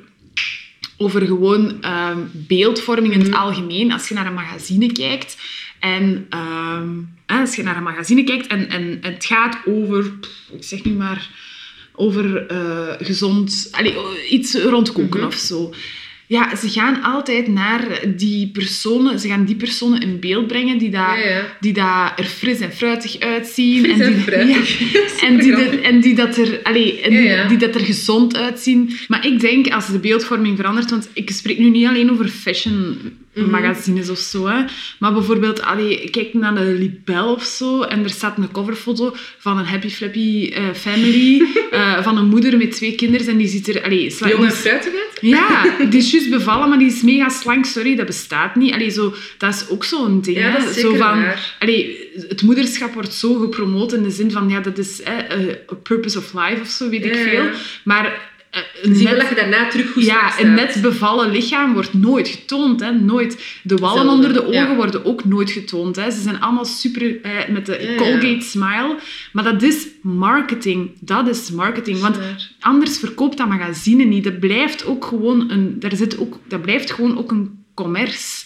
over gewoon uh, beeldvorming in het mm-hmm. algemeen. Als je naar een magazine kijkt en uh, als je naar een magazine kijkt en, en, en het gaat over, ik zeg nu maar, over uh, gezond, allez, iets rond koken mm-hmm. of zo. Ja, ze gaan altijd naar die personen, ze gaan die personen in beeld brengen die daar ja, ja. die daar er fris en fruitig uitzien. Fris en, en die, fruitig. Ja, en, die de, en die dat er, allez, en die, ja, ja. die dat er gezond uitzien. Maar ik denk, als de beeldvorming verandert, want ik spreek nu niet alleen over fashion magazines mm-hmm. of zo, hè, maar bijvoorbeeld, allee, kijk naar de Libelle of zo, en er staat een coverfoto van een happy flappy uh, family, uh, van een moeder met twee kinderen, en die ziet er... Allee, sla- Jong en fruitig uit? Ja, die is juist bevallen, maar die is mega slank. Sorry, dat bestaat niet. Allee, zo, dat is ook zo'n ding. Ja, dat is zeker zo van, waar. Allee, het moederschap wordt zo gepromoot in de zin van, ja, dat is eh, a purpose of life of zo, weet ik ja, veel. Ja. Maar... Uh, Zie je dat je daarna terug goed Ja, staat. een net bevallen lichaam wordt nooit getoond. Hè. Nooit. De wallen Zelfde, onder de ogen ja. worden ook nooit getoond. Hè. Ze zijn allemaal super eh, met de ja, Colgate ja. smile. Maar dat is marketing. Dat is marketing. Want anders verkoopt dat magazine niet. Dat blijft ook gewoon een... Daar zit ook, dat blijft gewoon ook een commerce.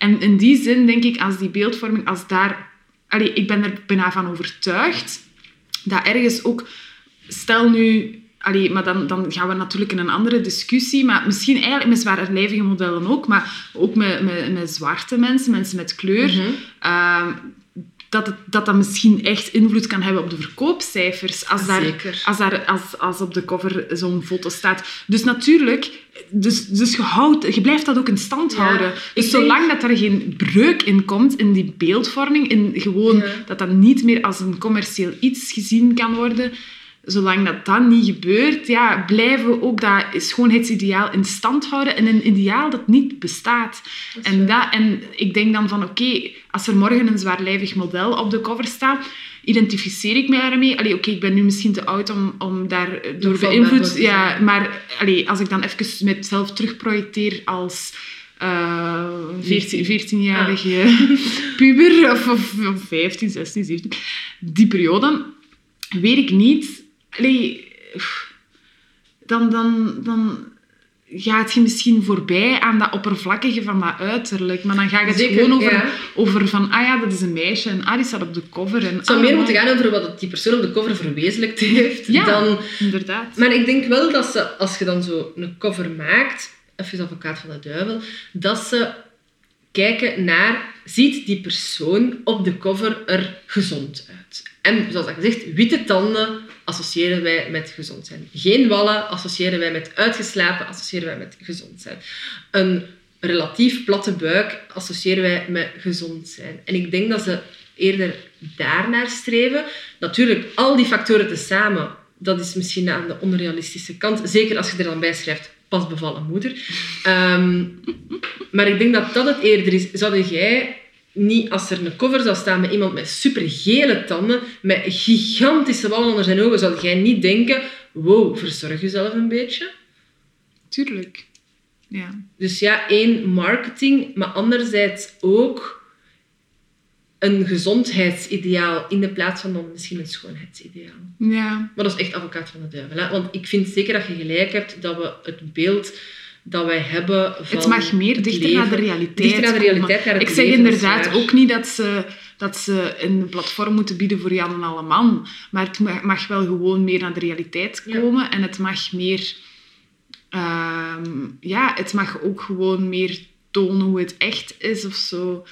En in die zin denk ik, als die beeldvorming, als daar... Allee, ik ben er bijna van overtuigd dat ergens ook... Stel nu... Allee, maar dan, dan gaan we natuurlijk in een andere discussie. Maar misschien eigenlijk met zwaarlijvige modellen ook. Maar ook met, met, met zwarte mensen, mensen met kleur. Mm-hmm. Uh, dat, het, dat dat misschien echt invloed kan hebben op de verkoopcijfers. Als, daar, Zeker. als, daar, als, als op de cover zo'n foto staat. Dus natuurlijk... Dus, dus je, houdt, je blijft dat ook in stand Ja, houden. ik Dus denk- zolang dat er geen breuk in komt, in die beeldvorming, in gewoon Ja. dat dat niet meer als een commercieel iets gezien kan worden... Zolang dat dat niet gebeurt, ja, blijven we ook dat schoonheidsideaal in stand houden. En een ideaal dat niet bestaat. Dat is En, waar. dat, en ik denk dan van, oké, okay, als er morgen een zwaarlijvig model op de cover staat, identificeer ik mij daarmee. Allee, oké, okay, ik ben nu misschien te oud om, om daar door Van beïnvloed... dat te Ja, zijn. maar allee, als ik dan even mezelf terugprojecteer als... Uh, veertien, veertienjarige puber, of, of, of vijftien, zestien, zeventien. Die periode, weet ik niet... Allee, dan, dan, dan gaat je misschien voorbij aan dat oppervlakkige van dat uiterlijk. Maar dan gaat het Zeker, gewoon over, ja. over van, ah ja, dat is een meisje en ah, die staat op de cover. En, Het zou ah, meer man. moeten gaan over wat die persoon op de cover verwezenlijkt heeft. Ja, Dan... inderdaad. Maar ik denk wel dat ze, als je dan zo een cover maakt, even advocaat van de duivel, dat ze kijken naar, ziet die persoon op de cover er gezond uit? En zoals ik gezegd, witte tanden associëren wij met gezond zijn. Geen wallen associëren wij met uitgeslapen, associëren wij met gezond zijn. Een relatief platte buik associëren wij met gezond zijn. En ik denk dat ze eerder daarnaar streven. Natuurlijk, al die factoren tezamen, dat is misschien aan de onrealistische kant. Zeker als je er dan bij schrijft, pas bevallen moeder. Um, maar ik denk dat dat het eerder is. Zou jij niet, als er een cover zou staan met iemand met supergele tanden, met gigantische wallen onder zijn ogen, zou jij niet denken, wow, verzorg jezelf een beetje? Tuurlijk. Ja. Dus ja, één, marketing, maar anderzijds ook een gezondheidsideaal in de plaats van dan misschien een schoonheidsideaal. Ja. Maar dat is echt advocaat van de duivel. Hè? Want ik vind zeker dat je gelijk hebt dat we het beeld dat wij hebben van Het mag meer het dichter leven, naar de realiteit dichter naar de realiteit, komen. naar het Ik zeg leven, dat is inderdaad waar. ook niet dat ze, dat ze een platform moeten bieden voor Jan en alle man. Maar het mag, mag wel gewoon meer naar de realiteit komen. Ja. En het mag meer... Um, ja, het mag ook gewoon meer tonen hoe het echt is of zo.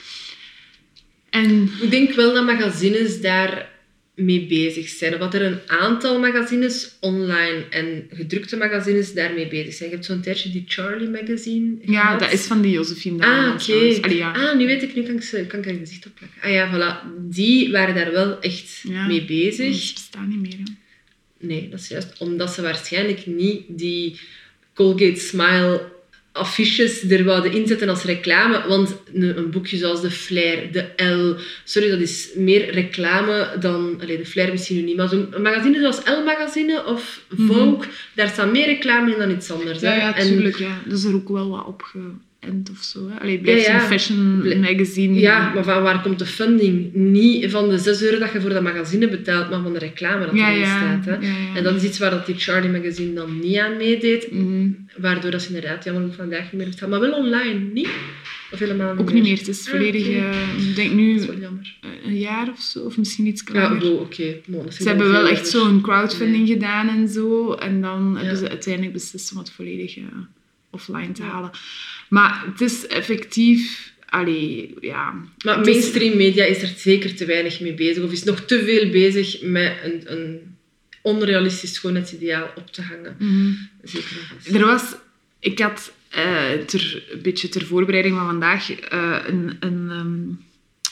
En... Ik denk wel dat magazines daar mee bezig zijn. Of dat er een aantal magazines, online en gedrukte magazines, daarmee bezig zijn. Je hebt zo'n tijdje die Charlie magazine Ja, gehad. dat is van die Josephine Ah, Dalemans. oké. Okay. Ja. Ah, nu weet ik, nu kan ik, ze, kan ik er een gezicht op plakken. Ah ja, voilà. Die waren daar wel echt ja, mee bezig. Dat bestaat niet meer. Hè. Nee, dat is juist omdat ze waarschijnlijk niet die Colgate Smile affiches er wouden inzetten als reclame. Want een, een boekje zoals de Flair, de L... Sorry, dat is meer reclame dan... Allee, de Flair misschien nu niet, maar zo'n magazine zoals L-magazine of Vogue, mm-hmm. daar staat meer reclame in dan iets anders. Ja, hè? ja, tuurlijk. En... Ja. Dat is er ook wel wat opgeënt of zo. Hè. Allee, het blijft ja, ja. een fashion magazine. Ja, maar van waar komt de funding? Niet van de zes euro dat je voor dat magazine betaalt, maar van de reclame dat ja, erin ja. staat. Hè? Ja, ja. En dat is iets waar dat die Charlie magazine dan niet aan meedeed. Mm-hmm. Waardoor dat ze inderdaad jammer nog vandaag niet meer bestaat. Maar wel online, niet? Of helemaal niet Ook meer? niet meer. Het is volledig... Ah, okay. uh, ik denk nu dat is wel jammer. een jaar of zo. Of misschien iets Ja, kleiner. oh, oké. Okay. Ze hebben wel echt over. zo'n crowdfunding nee. gedaan en zo. En dan ja. hebben ze uiteindelijk beslist om het volledig uh, offline te ja. halen. Maar het is effectief... Allee, ja... Maar mainstream is... media is er zeker te weinig mee bezig. Of is nog te veel bezig met een... een onrealistisch schoonheidsideaal op te hangen. Mm-hmm. Zeker. Er was... Ik had uh, ter, een beetje ter voorbereiding van vandaag uh, een, een um,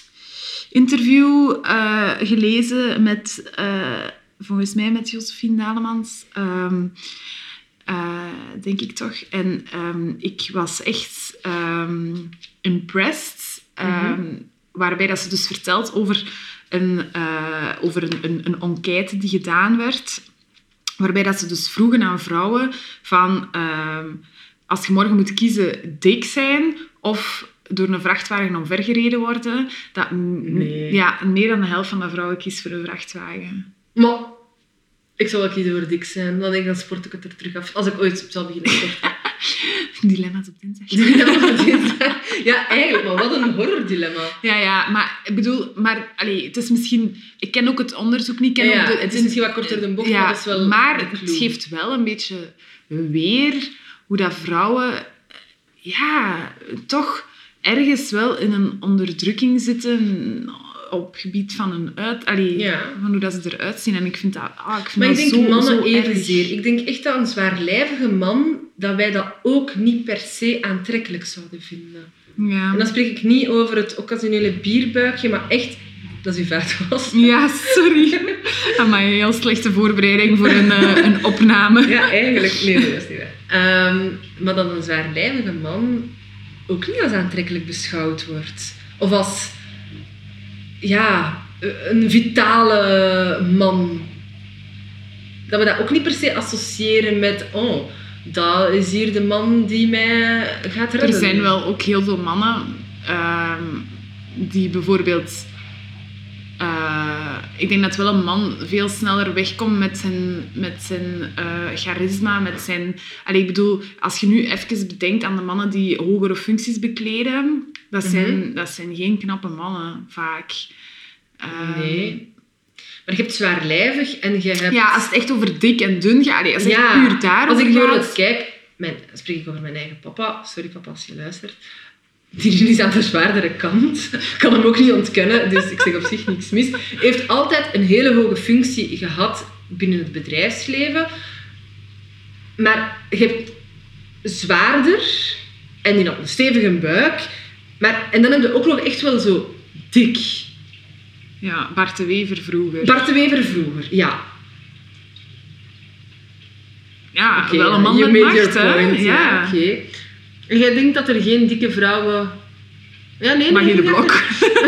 interview uh, gelezen met, uh, volgens mij met Josephine Dalemans. Um, uh, denk ik toch. En um, ik was echt um, impressed. Um, mm-hmm. Waarbij dat ze dus vertelt over een, uh, over een, een, een enquête die gedaan werd. Waarbij dat ze dus vroegen aan vrouwen van... Um, als je morgen moet kiezen dik zijn of door een vrachtwagen omvergereden worden, dat nee. ja, meer dan de helft van de vrouwen kiest voor een vrachtwagen. Maar ik zou wel kiezen voor dik zijn. Dan denk ik, dan sport ik het er terug af. Als ik ooit zou beginnen sporten. Dilemma's op dinsdag. Ja, eigenlijk, maar wat een horror-dilemma. Ja, ja, maar ik bedoel, maar allee, het is misschien... Ik ken ook het onderzoek niet. Ik ken Ja, ook de, het is misschien wat korter de bocht, ja, maar dat is wel... maar het geeft wel een beetje weer hoe dat vrouwen... Ja, toch ergens wel in een onderdrukking zitten op het gebied van hun uit... Allee, Ja. van hoe dat ze eruit zien. En ik vind dat, ah, ik vind Maar ik dat denk zo, mannen zo evenzeer. erg. Ik denk echt dat een zwaarlijvige man, dat wij dat ook niet per se aantrekkelijk zouden vinden. Ja. En dan spreek ik niet over het occasionele bierbuikje, maar echt... Dat is uw vaatwas. Ja, sorry. Amai, heel slechte voorbereiding voor een, uh, een opname. Ja, eigenlijk. Nee, nee, dat is niet waar. Um, maar dat een zwaarlijvige man ook niet als aantrekkelijk beschouwd wordt. Of als... Ja, een vitale man. Dat we dat ook niet per se associëren met... Oh, dat is hier de man die mij gaat redden. Er zijn wel ook heel veel mannen uh, die bijvoorbeeld... Uh, ik denk dat wel een man veel sneller wegkomt met zijn, met zijn uh, charisma, met zijn... Allee, ik bedoel, als je nu even bedenkt aan de mannen die hogere functies bekleden, dat zijn, mm-hmm. dat zijn geen knappe mannen, vaak. Uh, nee. Maar je hebt zwaarlijvig en je hebt... Ja, als het echt over dik en dun gaat, allee, als het ja, puur daarover als ik bijvoorbeeld gaat... kijk... Mijn, dan spreek ik over mijn eigen papa. Sorry papa, als je luistert. Die is aan de zwaardere kant. Ik kan hem ook niet ontkennen, dus ik zeg op zich niks mis. Hij heeft altijd een hele hoge functie gehad binnen het bedrijfsleven. Maar je hebt zwaarder en die had een stevige buik. Maar, en dan heb je ook nog echt wel zo dik. Ja, Bart de Wever vroeger. Bart de Wever vroeger, ja. Ja, okay, wel een man you met made macht, your hè. point, Ja. ja oké. Okay. En jij denkt dat er geen dikke vrouwen... Ja, nee, maar nee, geen blok.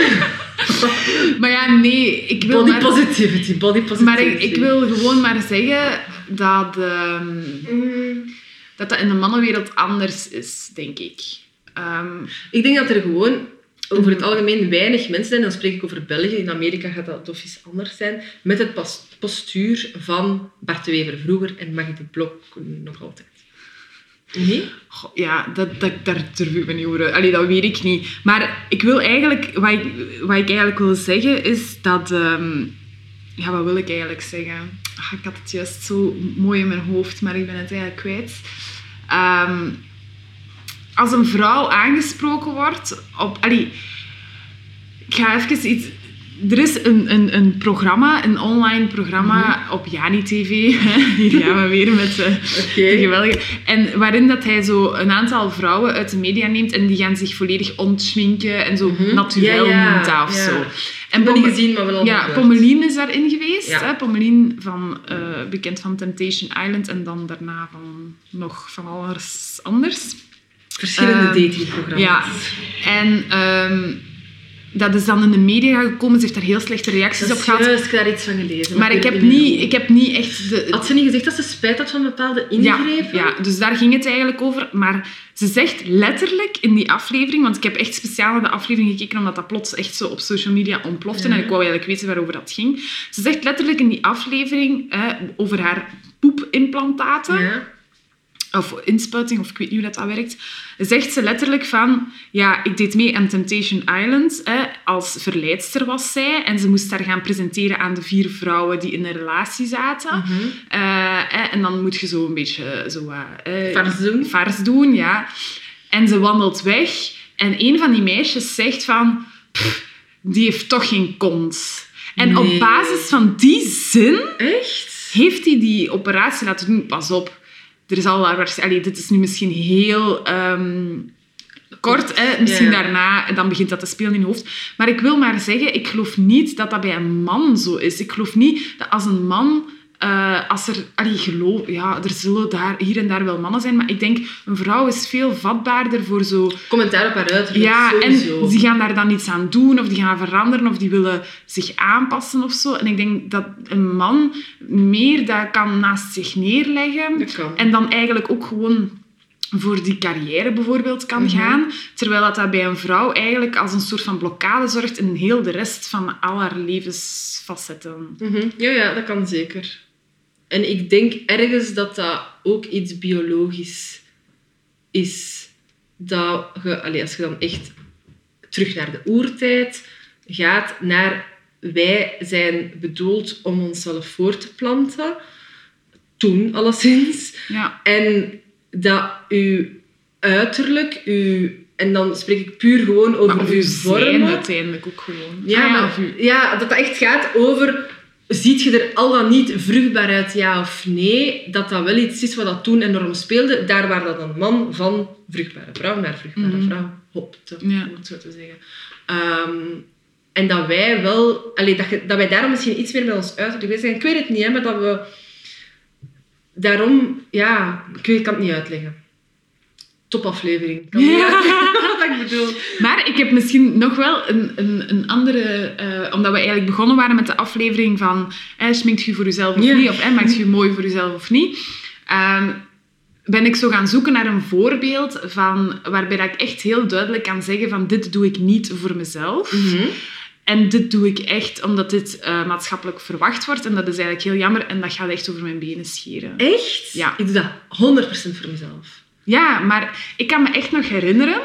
Maar ja, nee, ik wil body maar... positivity, body positivity. Maar ik, ik wil gewoon maar zeggen dat, um, mm. dat dat in de mannenwereld anders is, denk ik. Um, ik denk dat er gewoon over het algemeen weinig mensen zijn, dan spreek ik over België, in Amerika gaat dat toch iets anders zijn, met het postuur van Bart de Wever vroeger en Maggie de Blok nog altijd. Nee? Goh, ja, dat, dat, daar durf ik me niet over. Allee, dat weet ik niet. Maar ik wil eigenlijk... Wat ik, wat ik eigenlijk wil zeggen, is dat... Um, ja, wat wil ik eigenlijk zeggen? Ach, ik had het juist zo mooi in mijn hoofd, maar ik ben het eigenlijk kwijt. Um, als een vrouw aangesproken wordt op... Allee, ik ga even iets... Er is een, een, een programma, een online programma mm-hmm. op Yani T V. Hier gaan we weer met uh, okay. de geweldige... En waarin dat hij zo een aantal vrouwen uit de media neemt en die gaan zich volledig ontschminken en zo mm-hmm. naturel ja, ja, noemt dat of ja. zo. En Pom- niet gezien, maar wel al Ja, gebeurd. Pommelien is daarin geweest. Ja. Hè? Pommelien, van, uh, bekend van Temptation Island en dan daarna van nog van alles anders. Verschillende um, datingprogramma's. Ja, en... Um, dat is dan in de media gekomen. Ze heeft daar heel slechte reacties op gehad. Juist, ik heb daar iets van gelezen. Maar ik heb, niet, ik heb niet echt... De, had ze niet gezegd dat ze spijt had van bepaalde ingrepen? Ja, ja, dus daar ging het eigenlijk over. Maar ze zegt letterlijk in die aflevering... Want ik heb echt speciaal naar de aflevering gekeken, omdat dat plots echt zo op social media ontplofte. Ja. En ik wou eigenlijk weten waarover dat ging. Ze zegt letterlijk in die aflevering eh, over haar poepimplantaten... Ja. Of inspuiting, of ik weet niet hoe dat, dat werkt, zegt ze letterlijk van... Ja, ik deed mee aan Temptation Island. Hè, als verleidster was zij. En ze moest daar gaan presenteren aan de vier vrouwen die in een relatie zaten. Mm-hmm. Uh, en dan moet je zo een beetje... Zo, uh, vars doen. Vars doen, ja. En ze wandelt weg. En een van die meisjes zegt van... Die heeft toch geen kont. En nee. Op basis van die zin... Echt? Heeft hij die operatie laten doen. Pas op. Er is al waarschijnlijk... Dit is nu misschien heel um, kort. Hè? Misschien ja. daarna, dan begint dat te spelen in je hoofd. Maar ik wil maar zeggen, ik geloof niet dat dat bij een man zo is. Ik geloof niet dat als een man... Uh, als er... Allee, geloof, ja, er zullen daar, hier en daar wel mannen zijn, maar ik denk, een vrouw is veel vatbaarder voor zo... Commentaar op haar uiterlijk, ja, sowieso. En die gaan daar dan iets aan doen, of die gaan veranderen, of die willen zich aanpassen of zo. En ik denk dat een man meer dat kan naast zich neerleggen. Dat kan. En dan eigenlijk ook gewoon voor die carrière bijvoorbeeld kan mm-hmm. gaan. Terwijl dat, dat bij een vrouw eigenlijk als een soort van blokkade zorgt in heel de rest van al haar levensfacetten. Mm-hmm. Ja, ja, dat kan zeker. En ik denk ergens dat dat ook iets biologisch is dat je, allee, als je dan echt terug naar de oertijd gaat, naar wij zijn bedoeld om onszelf voort te planten, toen alleszins, Ja. en dat uw uiterlijk, uw, en dan spreek ik puur gewoon over Maar of uw uw zijn vormen. uiteindelijk ook gewoon. Ja, Ah, maar, of uw- ja, dat dat echt gaat over... Ziet je er al dan niet vruchtbaar uit, ja of nee? Dat dat wel iets is wat dat toen enorm speelde. Daar waar dat een man van vruchtbare vrouw naar vruchtbare Mhm. vrouw hopte, Ja. om het zo te zeggen. Ehm, en dat wij wel... Allee, dat, je, dat wij daarom misschien iets meer met ons uiterlijk bezig zijn. Ik weet het niet, hè, maar dat we... Daarom... Ja, ik, weet, ik kan het niet uitleggen. Topaflevering. Ik kan niet Ja. uitleggen wat ik bedoel. Maar ik heb misschien nog wel een, een, een andere... eh, omdat we eigenlijk begonnen waren met de aflevering van... Eh, schminkt je voor jezelf of Ja. niet? Of eh, maakt je mooi voor jezelf of niet? Ehm, ben ik zo gaan zoeken naar een voorbeeld van, waarbij dat ik echt heel duidelijk kan zeggen van dit doe ik niet voor mezelf. Mhm. En dit doe ik echt omdat dit eh, maatschappelijk verwacht wordt. En dat is eigenlijk heel jammer. En dat gaat echt over mijn benen scheren. Echt? Ja. Ik doe dat honderd procent voor mezelf. Ja, maar ik kan me echt nog herinneren...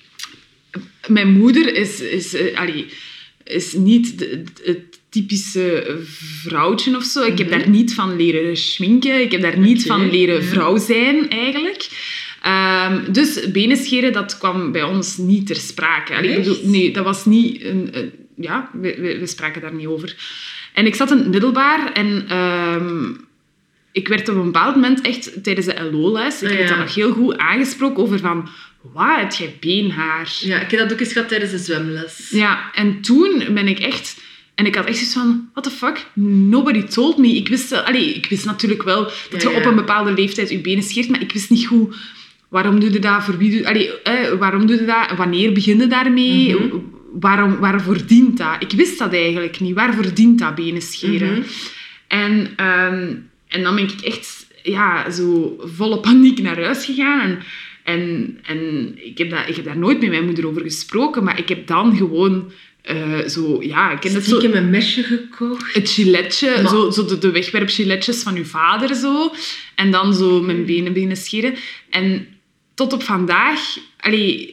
Mijn moeder is, is, uh, allee, is niet de, de- het typische vrouwtje of zo. Ik heb Mhm. daar niet van leren schminken. Ik heb daar niet Oké, van leren ja. vrouw zijn, eigenlijk. Ehm, dus benen scheren, dat kwam bij ons niet ter sprake. Allee, ik Echt? bedoel, nee, dat was niet... Een, een- ja, we, we, we spraken daar niet over. En ik zat in het middelbaar en... ehm, ik werd op een bepaald moment echt tijdens de L O-les, ik Ah, heb het ja. dan nog heel goed aangesproken over van... Wat, heb jij beenhaar? Ja, ik heb dat ook eens gehad tijdens de zwemles. Ja, en toen ben ik echt... En ik had echt zoiets van, what the fuck? Nobody told me. Ik wist, wel- allee, ik wist natuurlijk wel dat Ja, je ja. op een bepaalde leeftijd je benen scheert, maar ik wist niet goed... Waarom doe je dat? Voor wie doe, allee, eh, waarom doe je dat? Wanneer begin je daarmee? Mhm. Waarom, waarvoor dient dat? Ik wist dat eigenlijk niet. Waarvoor dient dat, benen scheren? Mhm. En, ehm, en dan ben ik echt ja, zo volle paniek naar huis gegaan. En, en, en ik, heb dat, ik heb daar nooit met mijn moeder over gesproken, maar ik heb dan gewoon eh, zo... Ja, ik ken dat zo... Stiekem een mesje gekocht. Het giletje, Maar- zo, zo de, de wegwerpgiletjes van uw vader zo. En dan zo mijn benen beginnen scheren. En tot op vandaag... Allee,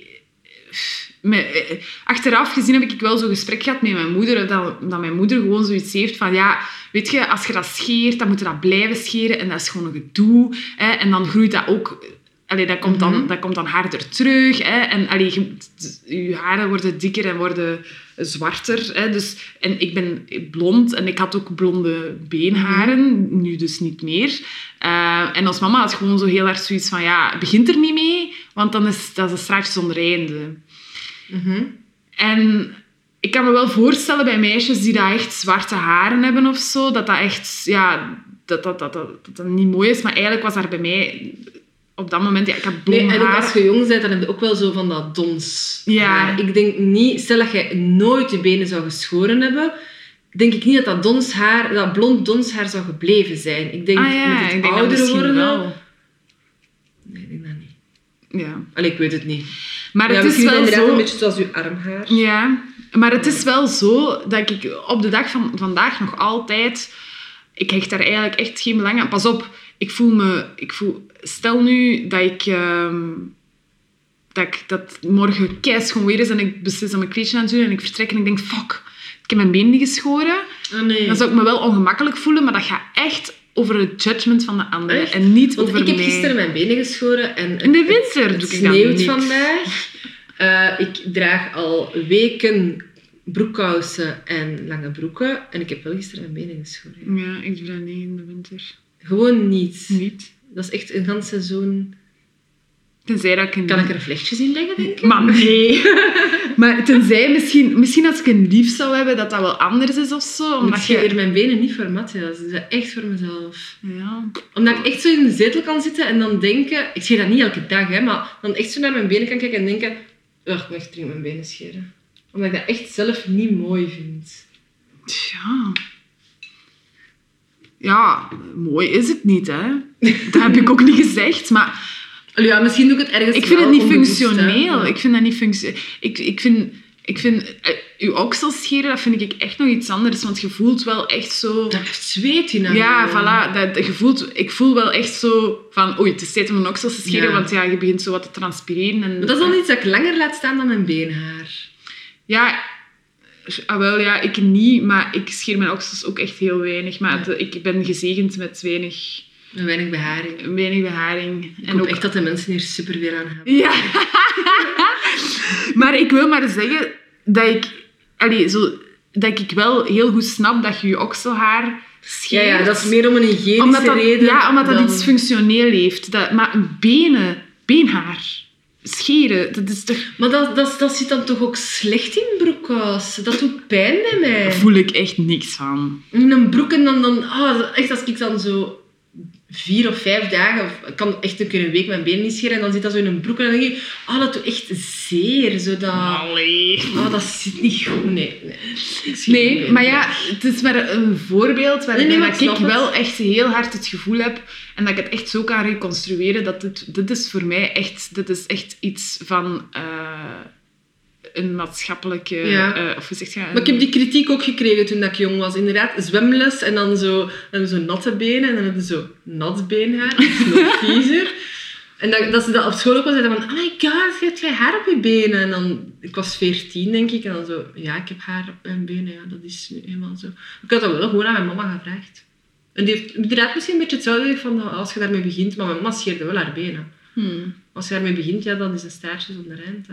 me- eh, achteraf gezien heb ik wel zo'n gesprek gehad met mijn moeder, dat, dat mijn moeder gewoon zoiets heeft van, ja, weet je, als je dat scheert, dan moet je dat blijven scheren en dat is gewoon een gedoe. Hè, en dan groeit dat ook... Allee, dat, komt dan, Mhm. dat komt dan harder terug. Hè, en allee, je, je haren worden dikker en worden zwarter. Hè, dus, en ik ben blond en ik had ook blonde beenharen, nu dus niet meer. Uh, en als mama had gewoon zo heel erg zoiets van, ja, begint er niet mee, want dan is dat is een straatje zonder einde. Mhm. En ik kan me wel voorstellen bij meisjes die dat echt zwarte haren hebben of zo, dat dat echt, ja, dat dat, dat, dat, dat, dat niet mooi is. Maar eigenlijk was daar bij mij op dat moment, ja, ik had blond Nee, en ook haar. als je jong bent, dan heb je ook wel zo van dat dons. Ja. haar. Ik denk niet, stel dat jij nooit je benen zou geschoren hebben, denk ik niet dat dat donshaar, dat blond donshaar zou gebleven zijn. Ik denk Ah ja, met het ik denk dat ouder misschien worden... wel. Nee, ik denk dat niet. Ja. Allee, ik weet het niet. Maar Ja, het is misschien wel inderdaad zo... een beetje zoals uw armhaar. Ja, maar het is wel zo dat ik op de dag van vandaag nog altijd... Ik hecht daar eigenlijk echt geen belang aan. Pas op, ik voel me... Ik voel, stel nu dat ik... ehm, dat ik dat morgen keischoon weer is en ik beslis om een kleedje aan te doen en ik vertrek en ik denk, fuck, ik heb mijn been niet geschoren. Ah, nee. Dan zou ik me wel ongemakkelijk voelen, maar dat gaat echt over het judgment van de anderen Echt? en niet Want over ik heb mij. gisteren mijn benen geschoren en In de het- winter het doe ik dat sneeuwt niet. vandaag. Uh, ik draag al weken broekkousen en lange broeken en ik heb wel gisteren mijn benen geschoren. Ja, ik doe dat niet in de winter. Gewoon niet. Niet. Dat is echt een heel seizoen. Tenzij dat ik een... Kan ik er een vlechtjes in leggen, denk ik? Maar nee. Maar tenzij misschien... Misschien als ik een lief zou hebben, dat dat wel anders is of zo. Omdat Omdat je je... hier mijn benen niet voor Matthias. Dat is echt voor mezelf. Ja. Omdat ik echt zo in de zetel kan zitten en dan denken... Ik zeg dat niet elke dag, hè, maar dan echt zo naar mijn benen kan kijken en denken... Ugh, ik moet echt terug mijn benen scheren. Omdat ik dat echt zelf niet mooi vind. Ja. Ja, mooi is het niet, hè. Dat heb ik ook niet gezegd, maar... Ja, misschien doe ik het ergens Ik vind wel het niet onbewust, functioneel. hè. Ik vind dat niet functioneel. Ik, ik vind... Ik vind... Uh, uw oksels scheren, dat vind ik echt nog iets anders. Want je voelt wel echt zo... Dat heeft zweet in. Ja, voilà. Dat, dat, je voelt, ik voel wel echt zo van... Oei, het is tijd om mijn oksels te scheren. Ja. Want ja, je begint zo wat te transpireren. En, maar dat is dan iets dat ik langer laat staan dan mijn beenhaar. Ja... Ah, wel, ja, ik niet. Maar ik scheer mijn oksels ook echt heel weinig. Maar ja. de, ik ben gezegend met weinig... Weinig beharing. Weinig beharing. Ik en hoop ook echt dat de mensen hier superveel aan hebben. Ja. Maar ik wil maar zeggen dat ik... Allee, zo, dat ik wel heel goed snap dat je je okselhaar scheert. Ja, ja, dat is meer om een hygiënische omdat dat, reden. Ja, omdat dat dan... iets functioneel heeft. Dat, maar benen, beenhaar... Scheren, dat is toch... Maar dat, dat, dat zit dan toch ook slecht in broekkous? Dat doet pijn bij mij. Daar voel ik echt niks van. In een broek en dan... dan oh, echt als ik dan zo vier of vijf dagen... Of ik kan echt een keer een week mijn benen niet scheren en dan zit dat zo in een broek en dan denk ik... Oh, dat doet echt zeer. Zo dat... Allee. Oh, dat zit niet goed. Nee, nee. Nee, maar ja, het is maar een voorbeeld waarbij nee, nee, ik, ik wel echt heel hard het gevoel heb en dat ik het echt zo kan reconstrueren dat dit, dit is voor mij echt, dit is echt iets van uh, een maatschappelijke... Ja. Uh, of hoe zeg je, een... Maar ik heb die kritiek ook gekregen toen ik jong was. Inderdaad, zwemles en dan zo, en zo natte benen en dan heb je zo nat beenhaar. Dat is nog viezer. En dat, dat ze dat op school ook wel zeiden van... Oh my god, je hebt jij haar op je benen. En dan... Ik was veertien, denk ik. En dan zo... Ja, ik heb haar op mijn benen. Ja, dat is nu eenmaal zo. Ik had dat wel gewoon aan mijn mama gevraagd. En die heeft inderdaad misschien een beetje hetzelfde van als je daarmee begint. Maar mijn mama scheerde wel haar benen. Hmm. Als je daarmee begint, ja, dan is een staartje zonder eind.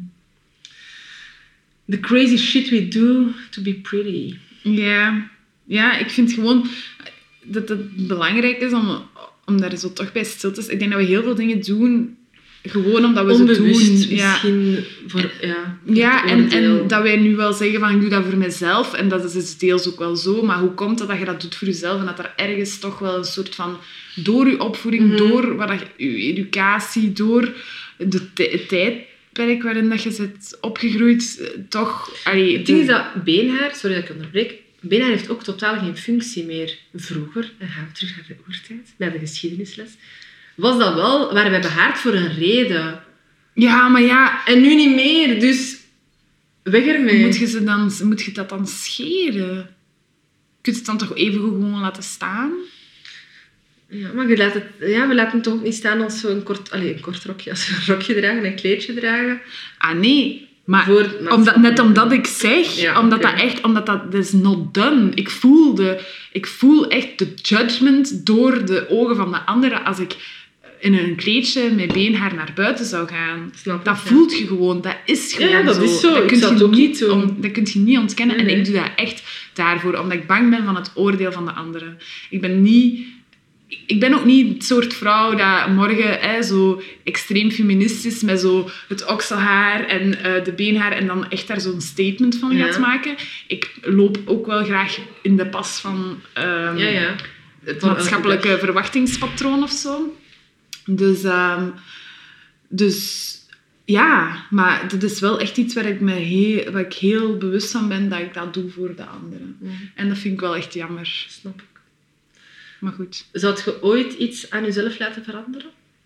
The crazy shit we do to be pretty. Ja. Ja, ik vind gewoon dat het belangrijk is om... om daar zo toch bij stil te staan. Ik denk dat we heel veel dingen doen gewoon omdat we Onbewust, ze doen. misschien. Ja, voor, ja, voor ja en, en dat wij nu wel zeggen van ik doe dat voor mezelf. En dat is dus deels ook wel zo. Maar hoe komt het dat je dat doet voor jezelf? En dat er ergens toch wel een soort van... Door je opvoeding, mm-hmm. door wat je, je educatie, door de t- het tijdperk waarin dat je bent opgegroeid, toch... Allee, het ding is dat beenhaar... Sorry dat ik onderbreek. Beenhaar heeft ook totaal geen functie meer. Vroeger, en gaan we terug naar de oertijd, bij de geschiedenisles, was dat wel, waren wij behaard voor een reden. Ja, maar ja... En nu niet meer, dus weg ermee. Moet je, ze dan, moet je dat dan scheren? Je kunt het dan toch even gewoon laten staan? Ja, maar je laat het, ja, we laten het toch ook niet staan als we een kort, allez, een kort rokje, als we een rokje dragen, een kleedje dragen. Ah, nee... Maar omdat, net omdat ik zeg, ja, omdat okay. dat echt, omdat dat is not done. Ik voel, de, ik voel echt de judgment door de ogen van de anderen als ik in een kleedje met beenhaar naar buiten zou gaan. Snap dat ik, voelt ja. je gewoon. Dat is gewoon ja, dat zo. Is zo. Dat kun je, dat niet, niet om, dat kun je niet ontkennen. Nee, nee. En ik doe dat echt daarvoor, omdat ik bang ben van het oordeel van de anderen. Ik ben niet... Ik ben ook niet het soort vrouw dat morgen hè, zo extreem feministisch met zo het okselhaar en uh, de beenhaar en dan echt daar zo'n statement van ja. gaat maken. Ik loop ook wel graag in de pas van um, ja, ja. het maatschappelijke verwachtingspatroon of zo. Dus, um, dus ja, maar dat is wel echt iets waar ik, me heel, waar ik heel bewust van ben dat ik dat doe voor de anderen. Ja. En dat vind ik wel echt jammer. Snap ik. Maar goed. Zou je ooit iets aan jezelf laten veranderen?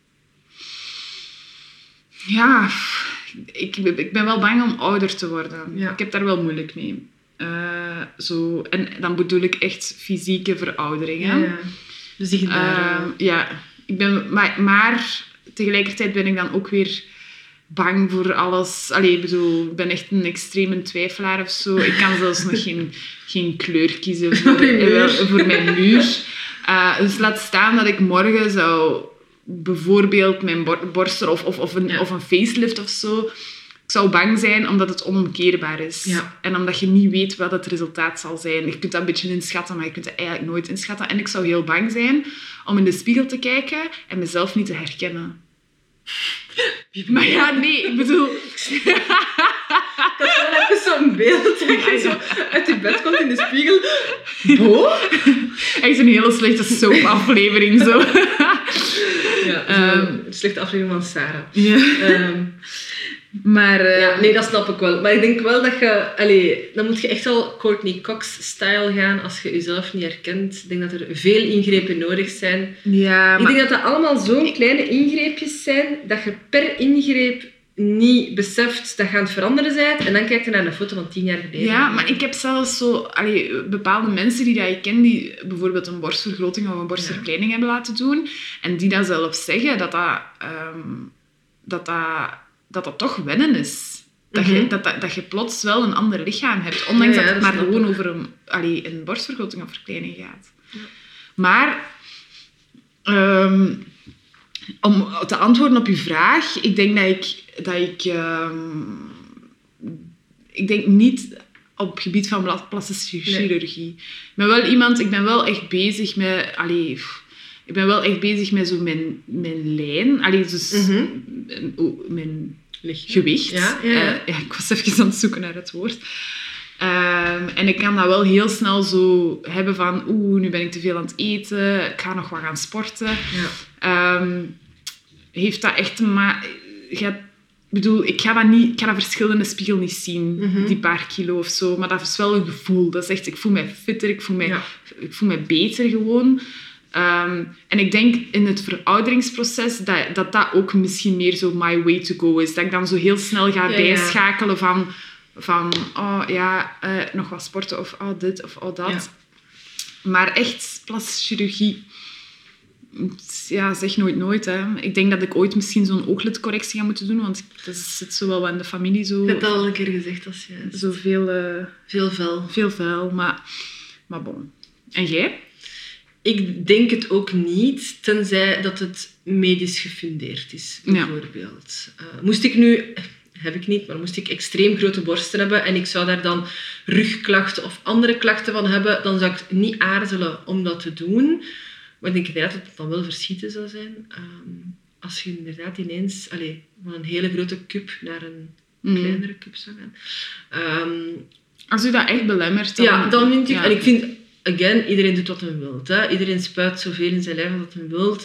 Ja, ik, ik ben wel bang om ouder te worden. Ja. Ik heb daar wel moeilijk mee. Uh, zo, en dan bedoel ik echt fysieke veroudering. Hè? Ja, ja. Dus die uh, ja, ik ben, maar, maar tegelijkertijd ben ik dan ook weer bang voor alles. Allee, ik bedoel, ik ben echt een extreme twijfelaar of zo. Ik kan zelfs nog geen, geen kleur kiezen voor, uh, voor mijn muur. Uh, dus laat staan dat ik morgen zou bijvoorbeeld mijn bor- borstel of, of, of, een, ja. of een facelift of zo. Ik zou bang zijn omdat het onomkeerbaar is. Ja. En omdat je niet weet wat het resultaat zal zijn. Je kunt dat een beetje inschatten, maar je kunt het eigenlijk nooit inschatten. En ik zou heel bang zijn om in de spiegel te kijken en mezelf niet te herkennen. Maar ja, nee, ik bedoel... Ik had wel even zo'n beeld dat je zo uit je bed komt in de spiegel. Bo? Echt een hele slechte soap-aflevering, zo. Ja, um, een slechte aflevering van Sarah. Ja. Um, maar... Uh, ja, nee, dat snap ik wel. Maar ik denk wel dat je... Allee, dan moet je echt wel Courtney Cox-style gaan als je jezelf niet herkent. Ik denk dat er veel ingrepen nodig zijn. Ja, ik maar... denk dat dat allemaal zo'n kleine ingreepjes zijn, dat je per ingreep niet beseft dat je aan het veranderen bent en dan kijk je naar een foto van tien jaar geleden. Ja, maar ik heb zelfs zo... Allee, bepaalde mensen die dat ik ken, die bijvoorbeeld een borstvergroting of een borstverkleining ja. hebben laten doen, en die dat zelf zeggen, dat dat, um, dat, dat, dat, dat toch wennen is. Dat, mm-hmm. je, dat, dat, dat je plots wel een ander lichaam hebt, ondanks ja, ja, dat het dat maar gewoon ook. over een, allee, een borstvergroting of verkleining gaat. Ja. Maar... Um, om te antwoorden op uw vraag, ik denk dat ik... Dat ik, um, ik denk niet op het gebied van plastische chirurgie. Nee. Ik ben wel iemand... Ik ben wel echt bezig met... Allee, ik ben wel echt bezig met zo mijn, mijn lijn. Allee, dus mm-hmm. mijn, oh, mijn gewicht. Ja, ja, ja. Uh, ja, ik was even aan het zoeken naar het woord. Um, en ik kan dat wel heel snel zo hebben van... Oeh, nu ben ik te veel aan het eten. Ik ga nog wat gaan sporten. Ja. Um, heeft dat echt... Maar, gaat, bedoel, ik ga dat niet... Ik ga dat verschil in de spiegel niet zien. Mm-hmm. Die paar kilo of zo. Maar dat is wel een gevoel. Dat is echt... Ik voel mij fitter. Ik voel mij, ja. ik voel mij beter gewoon. Um, en ik denk in het verouderingsproces dat, dat dat ook misschien meer zo my way to go is. Dat ik dan zo heel snel ga ja, bijschakelen van... Van, oh ja, uh, nog wat sporten of oh dit of oh dat. Ja. Maar echt, plastische chirurgie... Ja, zeg nooit nooit. Hè. Ik denk dat ik ooit misschien zo'n ooglidcorrectie ga moeten doen, want dat zit zo wel in de familie. Zo, ik heb dat al een keer gezegd. Als je zoveel... Uh, veel vuil. Veel vuil, maar... Maar bon. En jij? Ik denk het ook niet, tenzij dat het medisch gefundeerd is, bijvoorbeeld. Ja. Uh, moest ik nu... Heb ik niet, maar moest ik extreem grote borsten hebben en ik zou daar dan rugklachten of andere klachten van hebben, dan zou ik niet aarzelen om dat te doen. Maar ik denk inderdaad dat het dan wel verschieten zou zijn. Um, als je inderdaad ineens allez, van een hele grote cup naar een mm. kleinere cup zou gaan. Um, als u dat echt belemmert, dan... Ja, dan vind ik... Ja. En ik vind, again, iedereen doet wat hij wil. Hè? Iedereen spuit zoveel in zijn lijf als hij wil.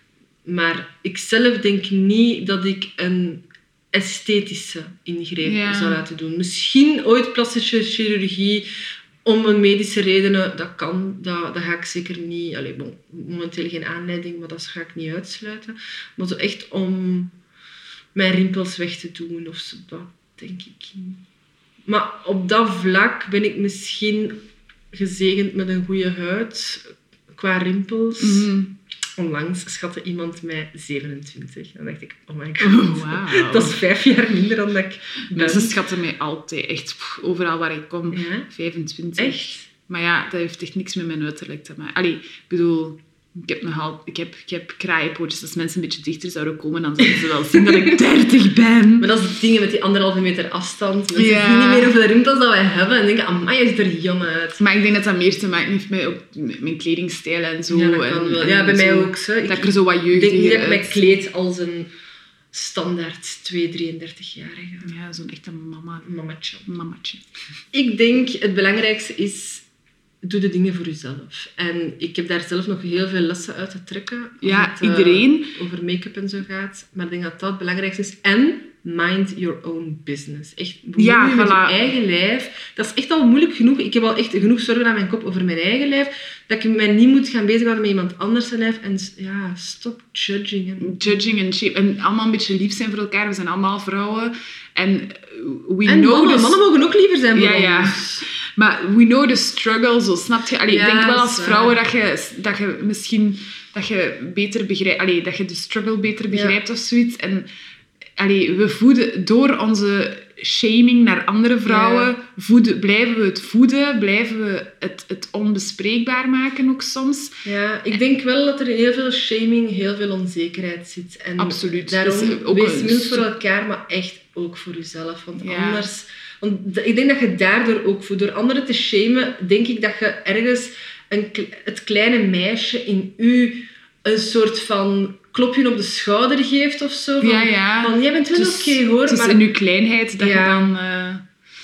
Maar ik zelf denk niet dat ik een... esthetische ingreep ja. zou laten doen. Misschien ooit plastische chirurgie om een medische redenen, dat kan, dat, dat ga ik zeker niet... Allee, bon, momenteel geen aanleiding, maar dat ga ik niet uitsluiten. Maar zo echt om mijn rimpels weg te doen of zo, dat denk ik niet. Maar op dat vlak ben ik misschien gezegend met een goede huid qua rimpels. Mm-hmm. Onlangs schatte iemand mij zevenentwintig. Dan dacht ik, oh my god, oh, wow. Dat is vijf jaar minder dan dat ik ben. Mensen schatten mij altijd, echt pff, overal waar ik kom, ja? vijfentwintig. Echt? Maar ja, dat heeft echt niks met mijn uiterlijk te maken. Allee, ik bedoel, ik heb nogal, ik heb, ik heb kraaienpootjes. Als mensen een beetje dichter zouden komen, dan zouden ze wel zien dat ik dertig ben. Maar dat is het ding met die anderhalve meter afstand. Mensen ja. zien niet meer hoeveel rimpels dat wij hebben en denken, amai, je ziet er jong uit. Maar ik denk dat dat meer te maken heeft met ook mijn kledingstijl en zo. Ja, dat kan wel. En, ja, bij zo, mij ook. Zo. Dat ik, ik er zo wat jeugdiger Ik denk niet dat ik mij kleed als een standaard twee, drieëndertig-jarige. Ja, zo'n echte mama. Mamatje. Mamatje. Ik denk, het belangrijkste is... Doe de dingen voor jezelf. En ik heb daar zelf nog heel veel lessen uit te trekken. Ja, het, iedereen. Uh, over make-up en zo gaat. Maar ik denk dat dat het belangrijkste is. En mind your own business. Echt, bemoei ja, je met voilà. je eigen lijf. Dat is echt al moeilijk genoeg. Ik heb al echt genoeg zorgen aan mijn kop over mijn eigen lijf. Dat ik mij niet moet gaan bezighouden met iemand anders zijn lijf. En ja, stop judging. En... Judging en shape. En allemaal een beetje lief zijn voor elkaar. We zijn allemaal vrouwen. En we en know mannen. this... mannen mogen ook liever zijn voor ja, ons. Ja. Maar we know the struggle, zo snap je? Allee, ja, ik denk wel als vrouwen dat je, dat je misschien dat je beter begrijpt, allee, dat je de struggle beter begrijpt ja. of zoiets. En allee, we voeden door onze shaming naar andere vrouwen, ja. voeden, blijven we het voeden, blijven we het, het onbespreekbaar maken ook soms. Ja, ik denk wel dat er in heel veel shaming heel veel onzekerheid zit. En absoluut. Daarom ook wees mild voor elkaar, maar echt ook voor jezelf. Want ja. anders... Want ik denk dat je daardoor ook voelt. Door anderen te shamen, denk ik dat je ergens een, het kleine meisje in u een soort van klopje op de schouder geeft of zo. Van, ja, ja. van jij bent wel dus, oké okay, hoor. Het is maar... in je kleinheid dat ja. je dan... Uh,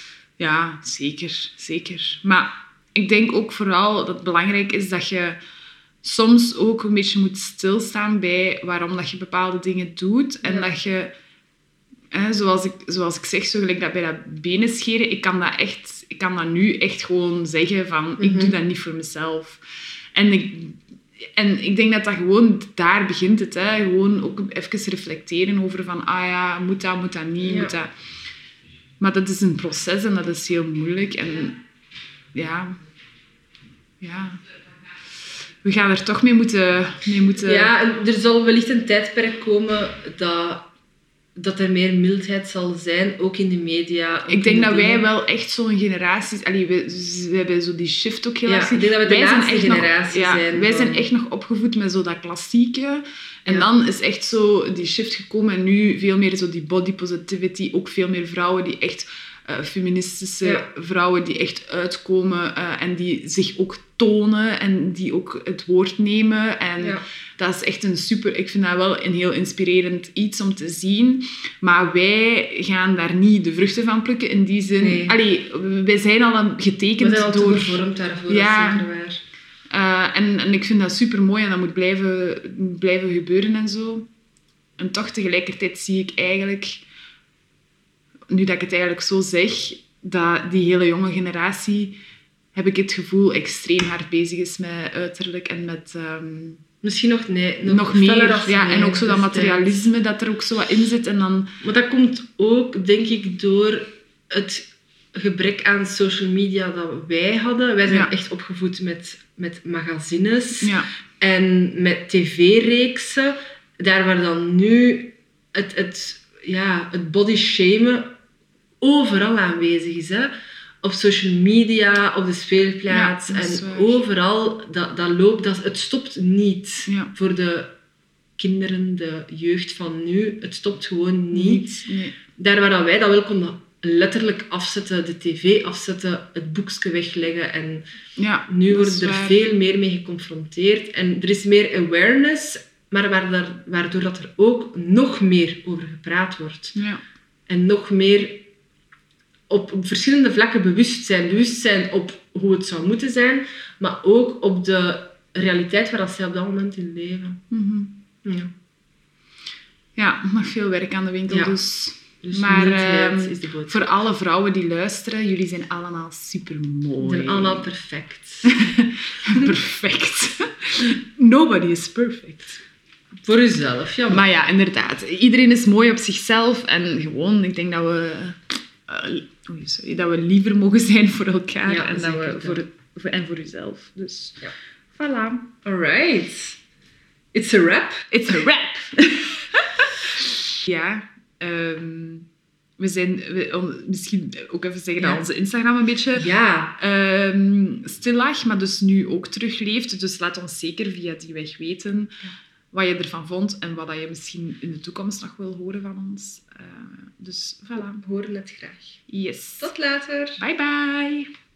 ja, zeker. Zeker. Maar ik denk ook vooral dat het belangrijk is dat je soms ook een beetje moet stilstaan bij waarom dat je bepaalde dingen doet. En ja. dat je... Hè, zoals, ik, zoals ik zeg, zo gelijk dat bij dat benen scheren, ik kan dat, echt, ik kan dat nu echt gewoon zeggen van, mm-hmm. ik doe dat niet voor mezelf. En ik, En ik denk dat dat gewoon... Daar begint het, hè. Gewoon ook even reflecteren over van... Ah ja, moet dat, moet dat niet, Ja. moet dat... Maar dat is een proces en dat is heel moeilijk. En ja... Ja... We gaan er toch mee moeten... Mee moeten... Ja, en er zal wellicht een tijdperk komen dat, dat er meer mildheid zal zijn, ook in de media. Ik denk dat wij dingen. wel echt zo'n generatie... Allee, we, we hebben zo die shift ook heel Ja, erg gezien. ik denk dat we de Wij zijn laatste echt nog- generatie ja, zijn Wij van- zijn echt nog opgevoed met zo dat klassieke. En Ja. dan is echt zo die shift gekomen. En nu veel meer zo die body positivity. Ook veel meer vrouwen die echt... eh, feministische Ja. vrouwen die echt uitkomen. eh, en die zich ook tonen. En die ook het woord nemen. En... Ja. Dat is echt een super... Ik vind dat wel een heel inspirerend iets om te zien. Maar wij gaan daar niet de vruchten van plukken in die zin. Nee. Allee, wij zijn al een- We getekend zijn al te door... gevormd daarvoor, Ja. dat is zeker waar. Eh, en, en ik vind dat super mooi en dat moet blijven, blijven gebeuren en zo. En toch tegelijkertijd zie ik eigenlijk... Nu dat ik het eigenlijk zo zeg, dat die hele jonge generatie... Heb ik het gevoel extreem hard bezig is met uiterlijk en met... ehm, Misschien nog, nee, nog, nog feller meer. als Ja, mij en ook zo dat destijds. materialisme dat er ook zo wat in zit. En dan... Maar dat komt ook, denk ik, door het gebrek aan social media dat wij hadden. Wij zijn Ja. echt opgevoed met, met magazines Ja, en met tv-reeksen. Daar waar dan nu het, het, ja, het body shamen overal aanwezig is. Hè? Op social media, op de speelplaats Ja, dat is en waar. overal. Dat, dat loopt, dat, het stopt niet Ja. voor de kinderen, de jeugd van nu. Het stopt gewoon niet. Nee. Daar waar dat wij dat wel konden letterlijk afzetten, de tv afzetten, het boekje wegleggen. En Ja, nu dat is wordt er waar. veel meer mee geconfronteerd. En er is meer awareness, maar waardoor, waardoor dat er ook nog meer over gepraat wordt. Ja. En nog meer op, op verschillende vlakken bewustzijn. Bewustzijn op hoe het zou moeten zijn, maar ook op de realiteit waar dat zij op dat moment in leven. Mhm. Ja. Ja, nog veel werk aan de winkel, Ja. dus... Dus maar mildheid ehm, is de boodschap. voor alle vrouwen die luisteren, jullie zijn allemaal super Ze mooi. zijn allemaal perfect. perfect. Nobody is perfect. Voor jezelf, ja. Maar ja, inderdaad. Iedereen is mooi op zichzelf. En gewoon, ik denk dat we... eh, oei, sorry, dat we liever mogen zijn voor elkaar. Ja, en, dat zeker, we ja. voor, voor, en voor jezelf. Dus, Ja. voilà. Alright. It's a wrap. It's a wrap. ja, ehm, we zijn... We, om- misschien ook even zeggen Ja. dat onze Instagram een beetje... Ja. ehm stil lag, maar dus nu ook terugleeft. Dus laat ons zeker via die weg weten wat je ervan vond en wat je misschien in de toekomst nog wil horen van ons. Uh, dus voilà. We horen het graag. Yes. Tot later. Bye bye.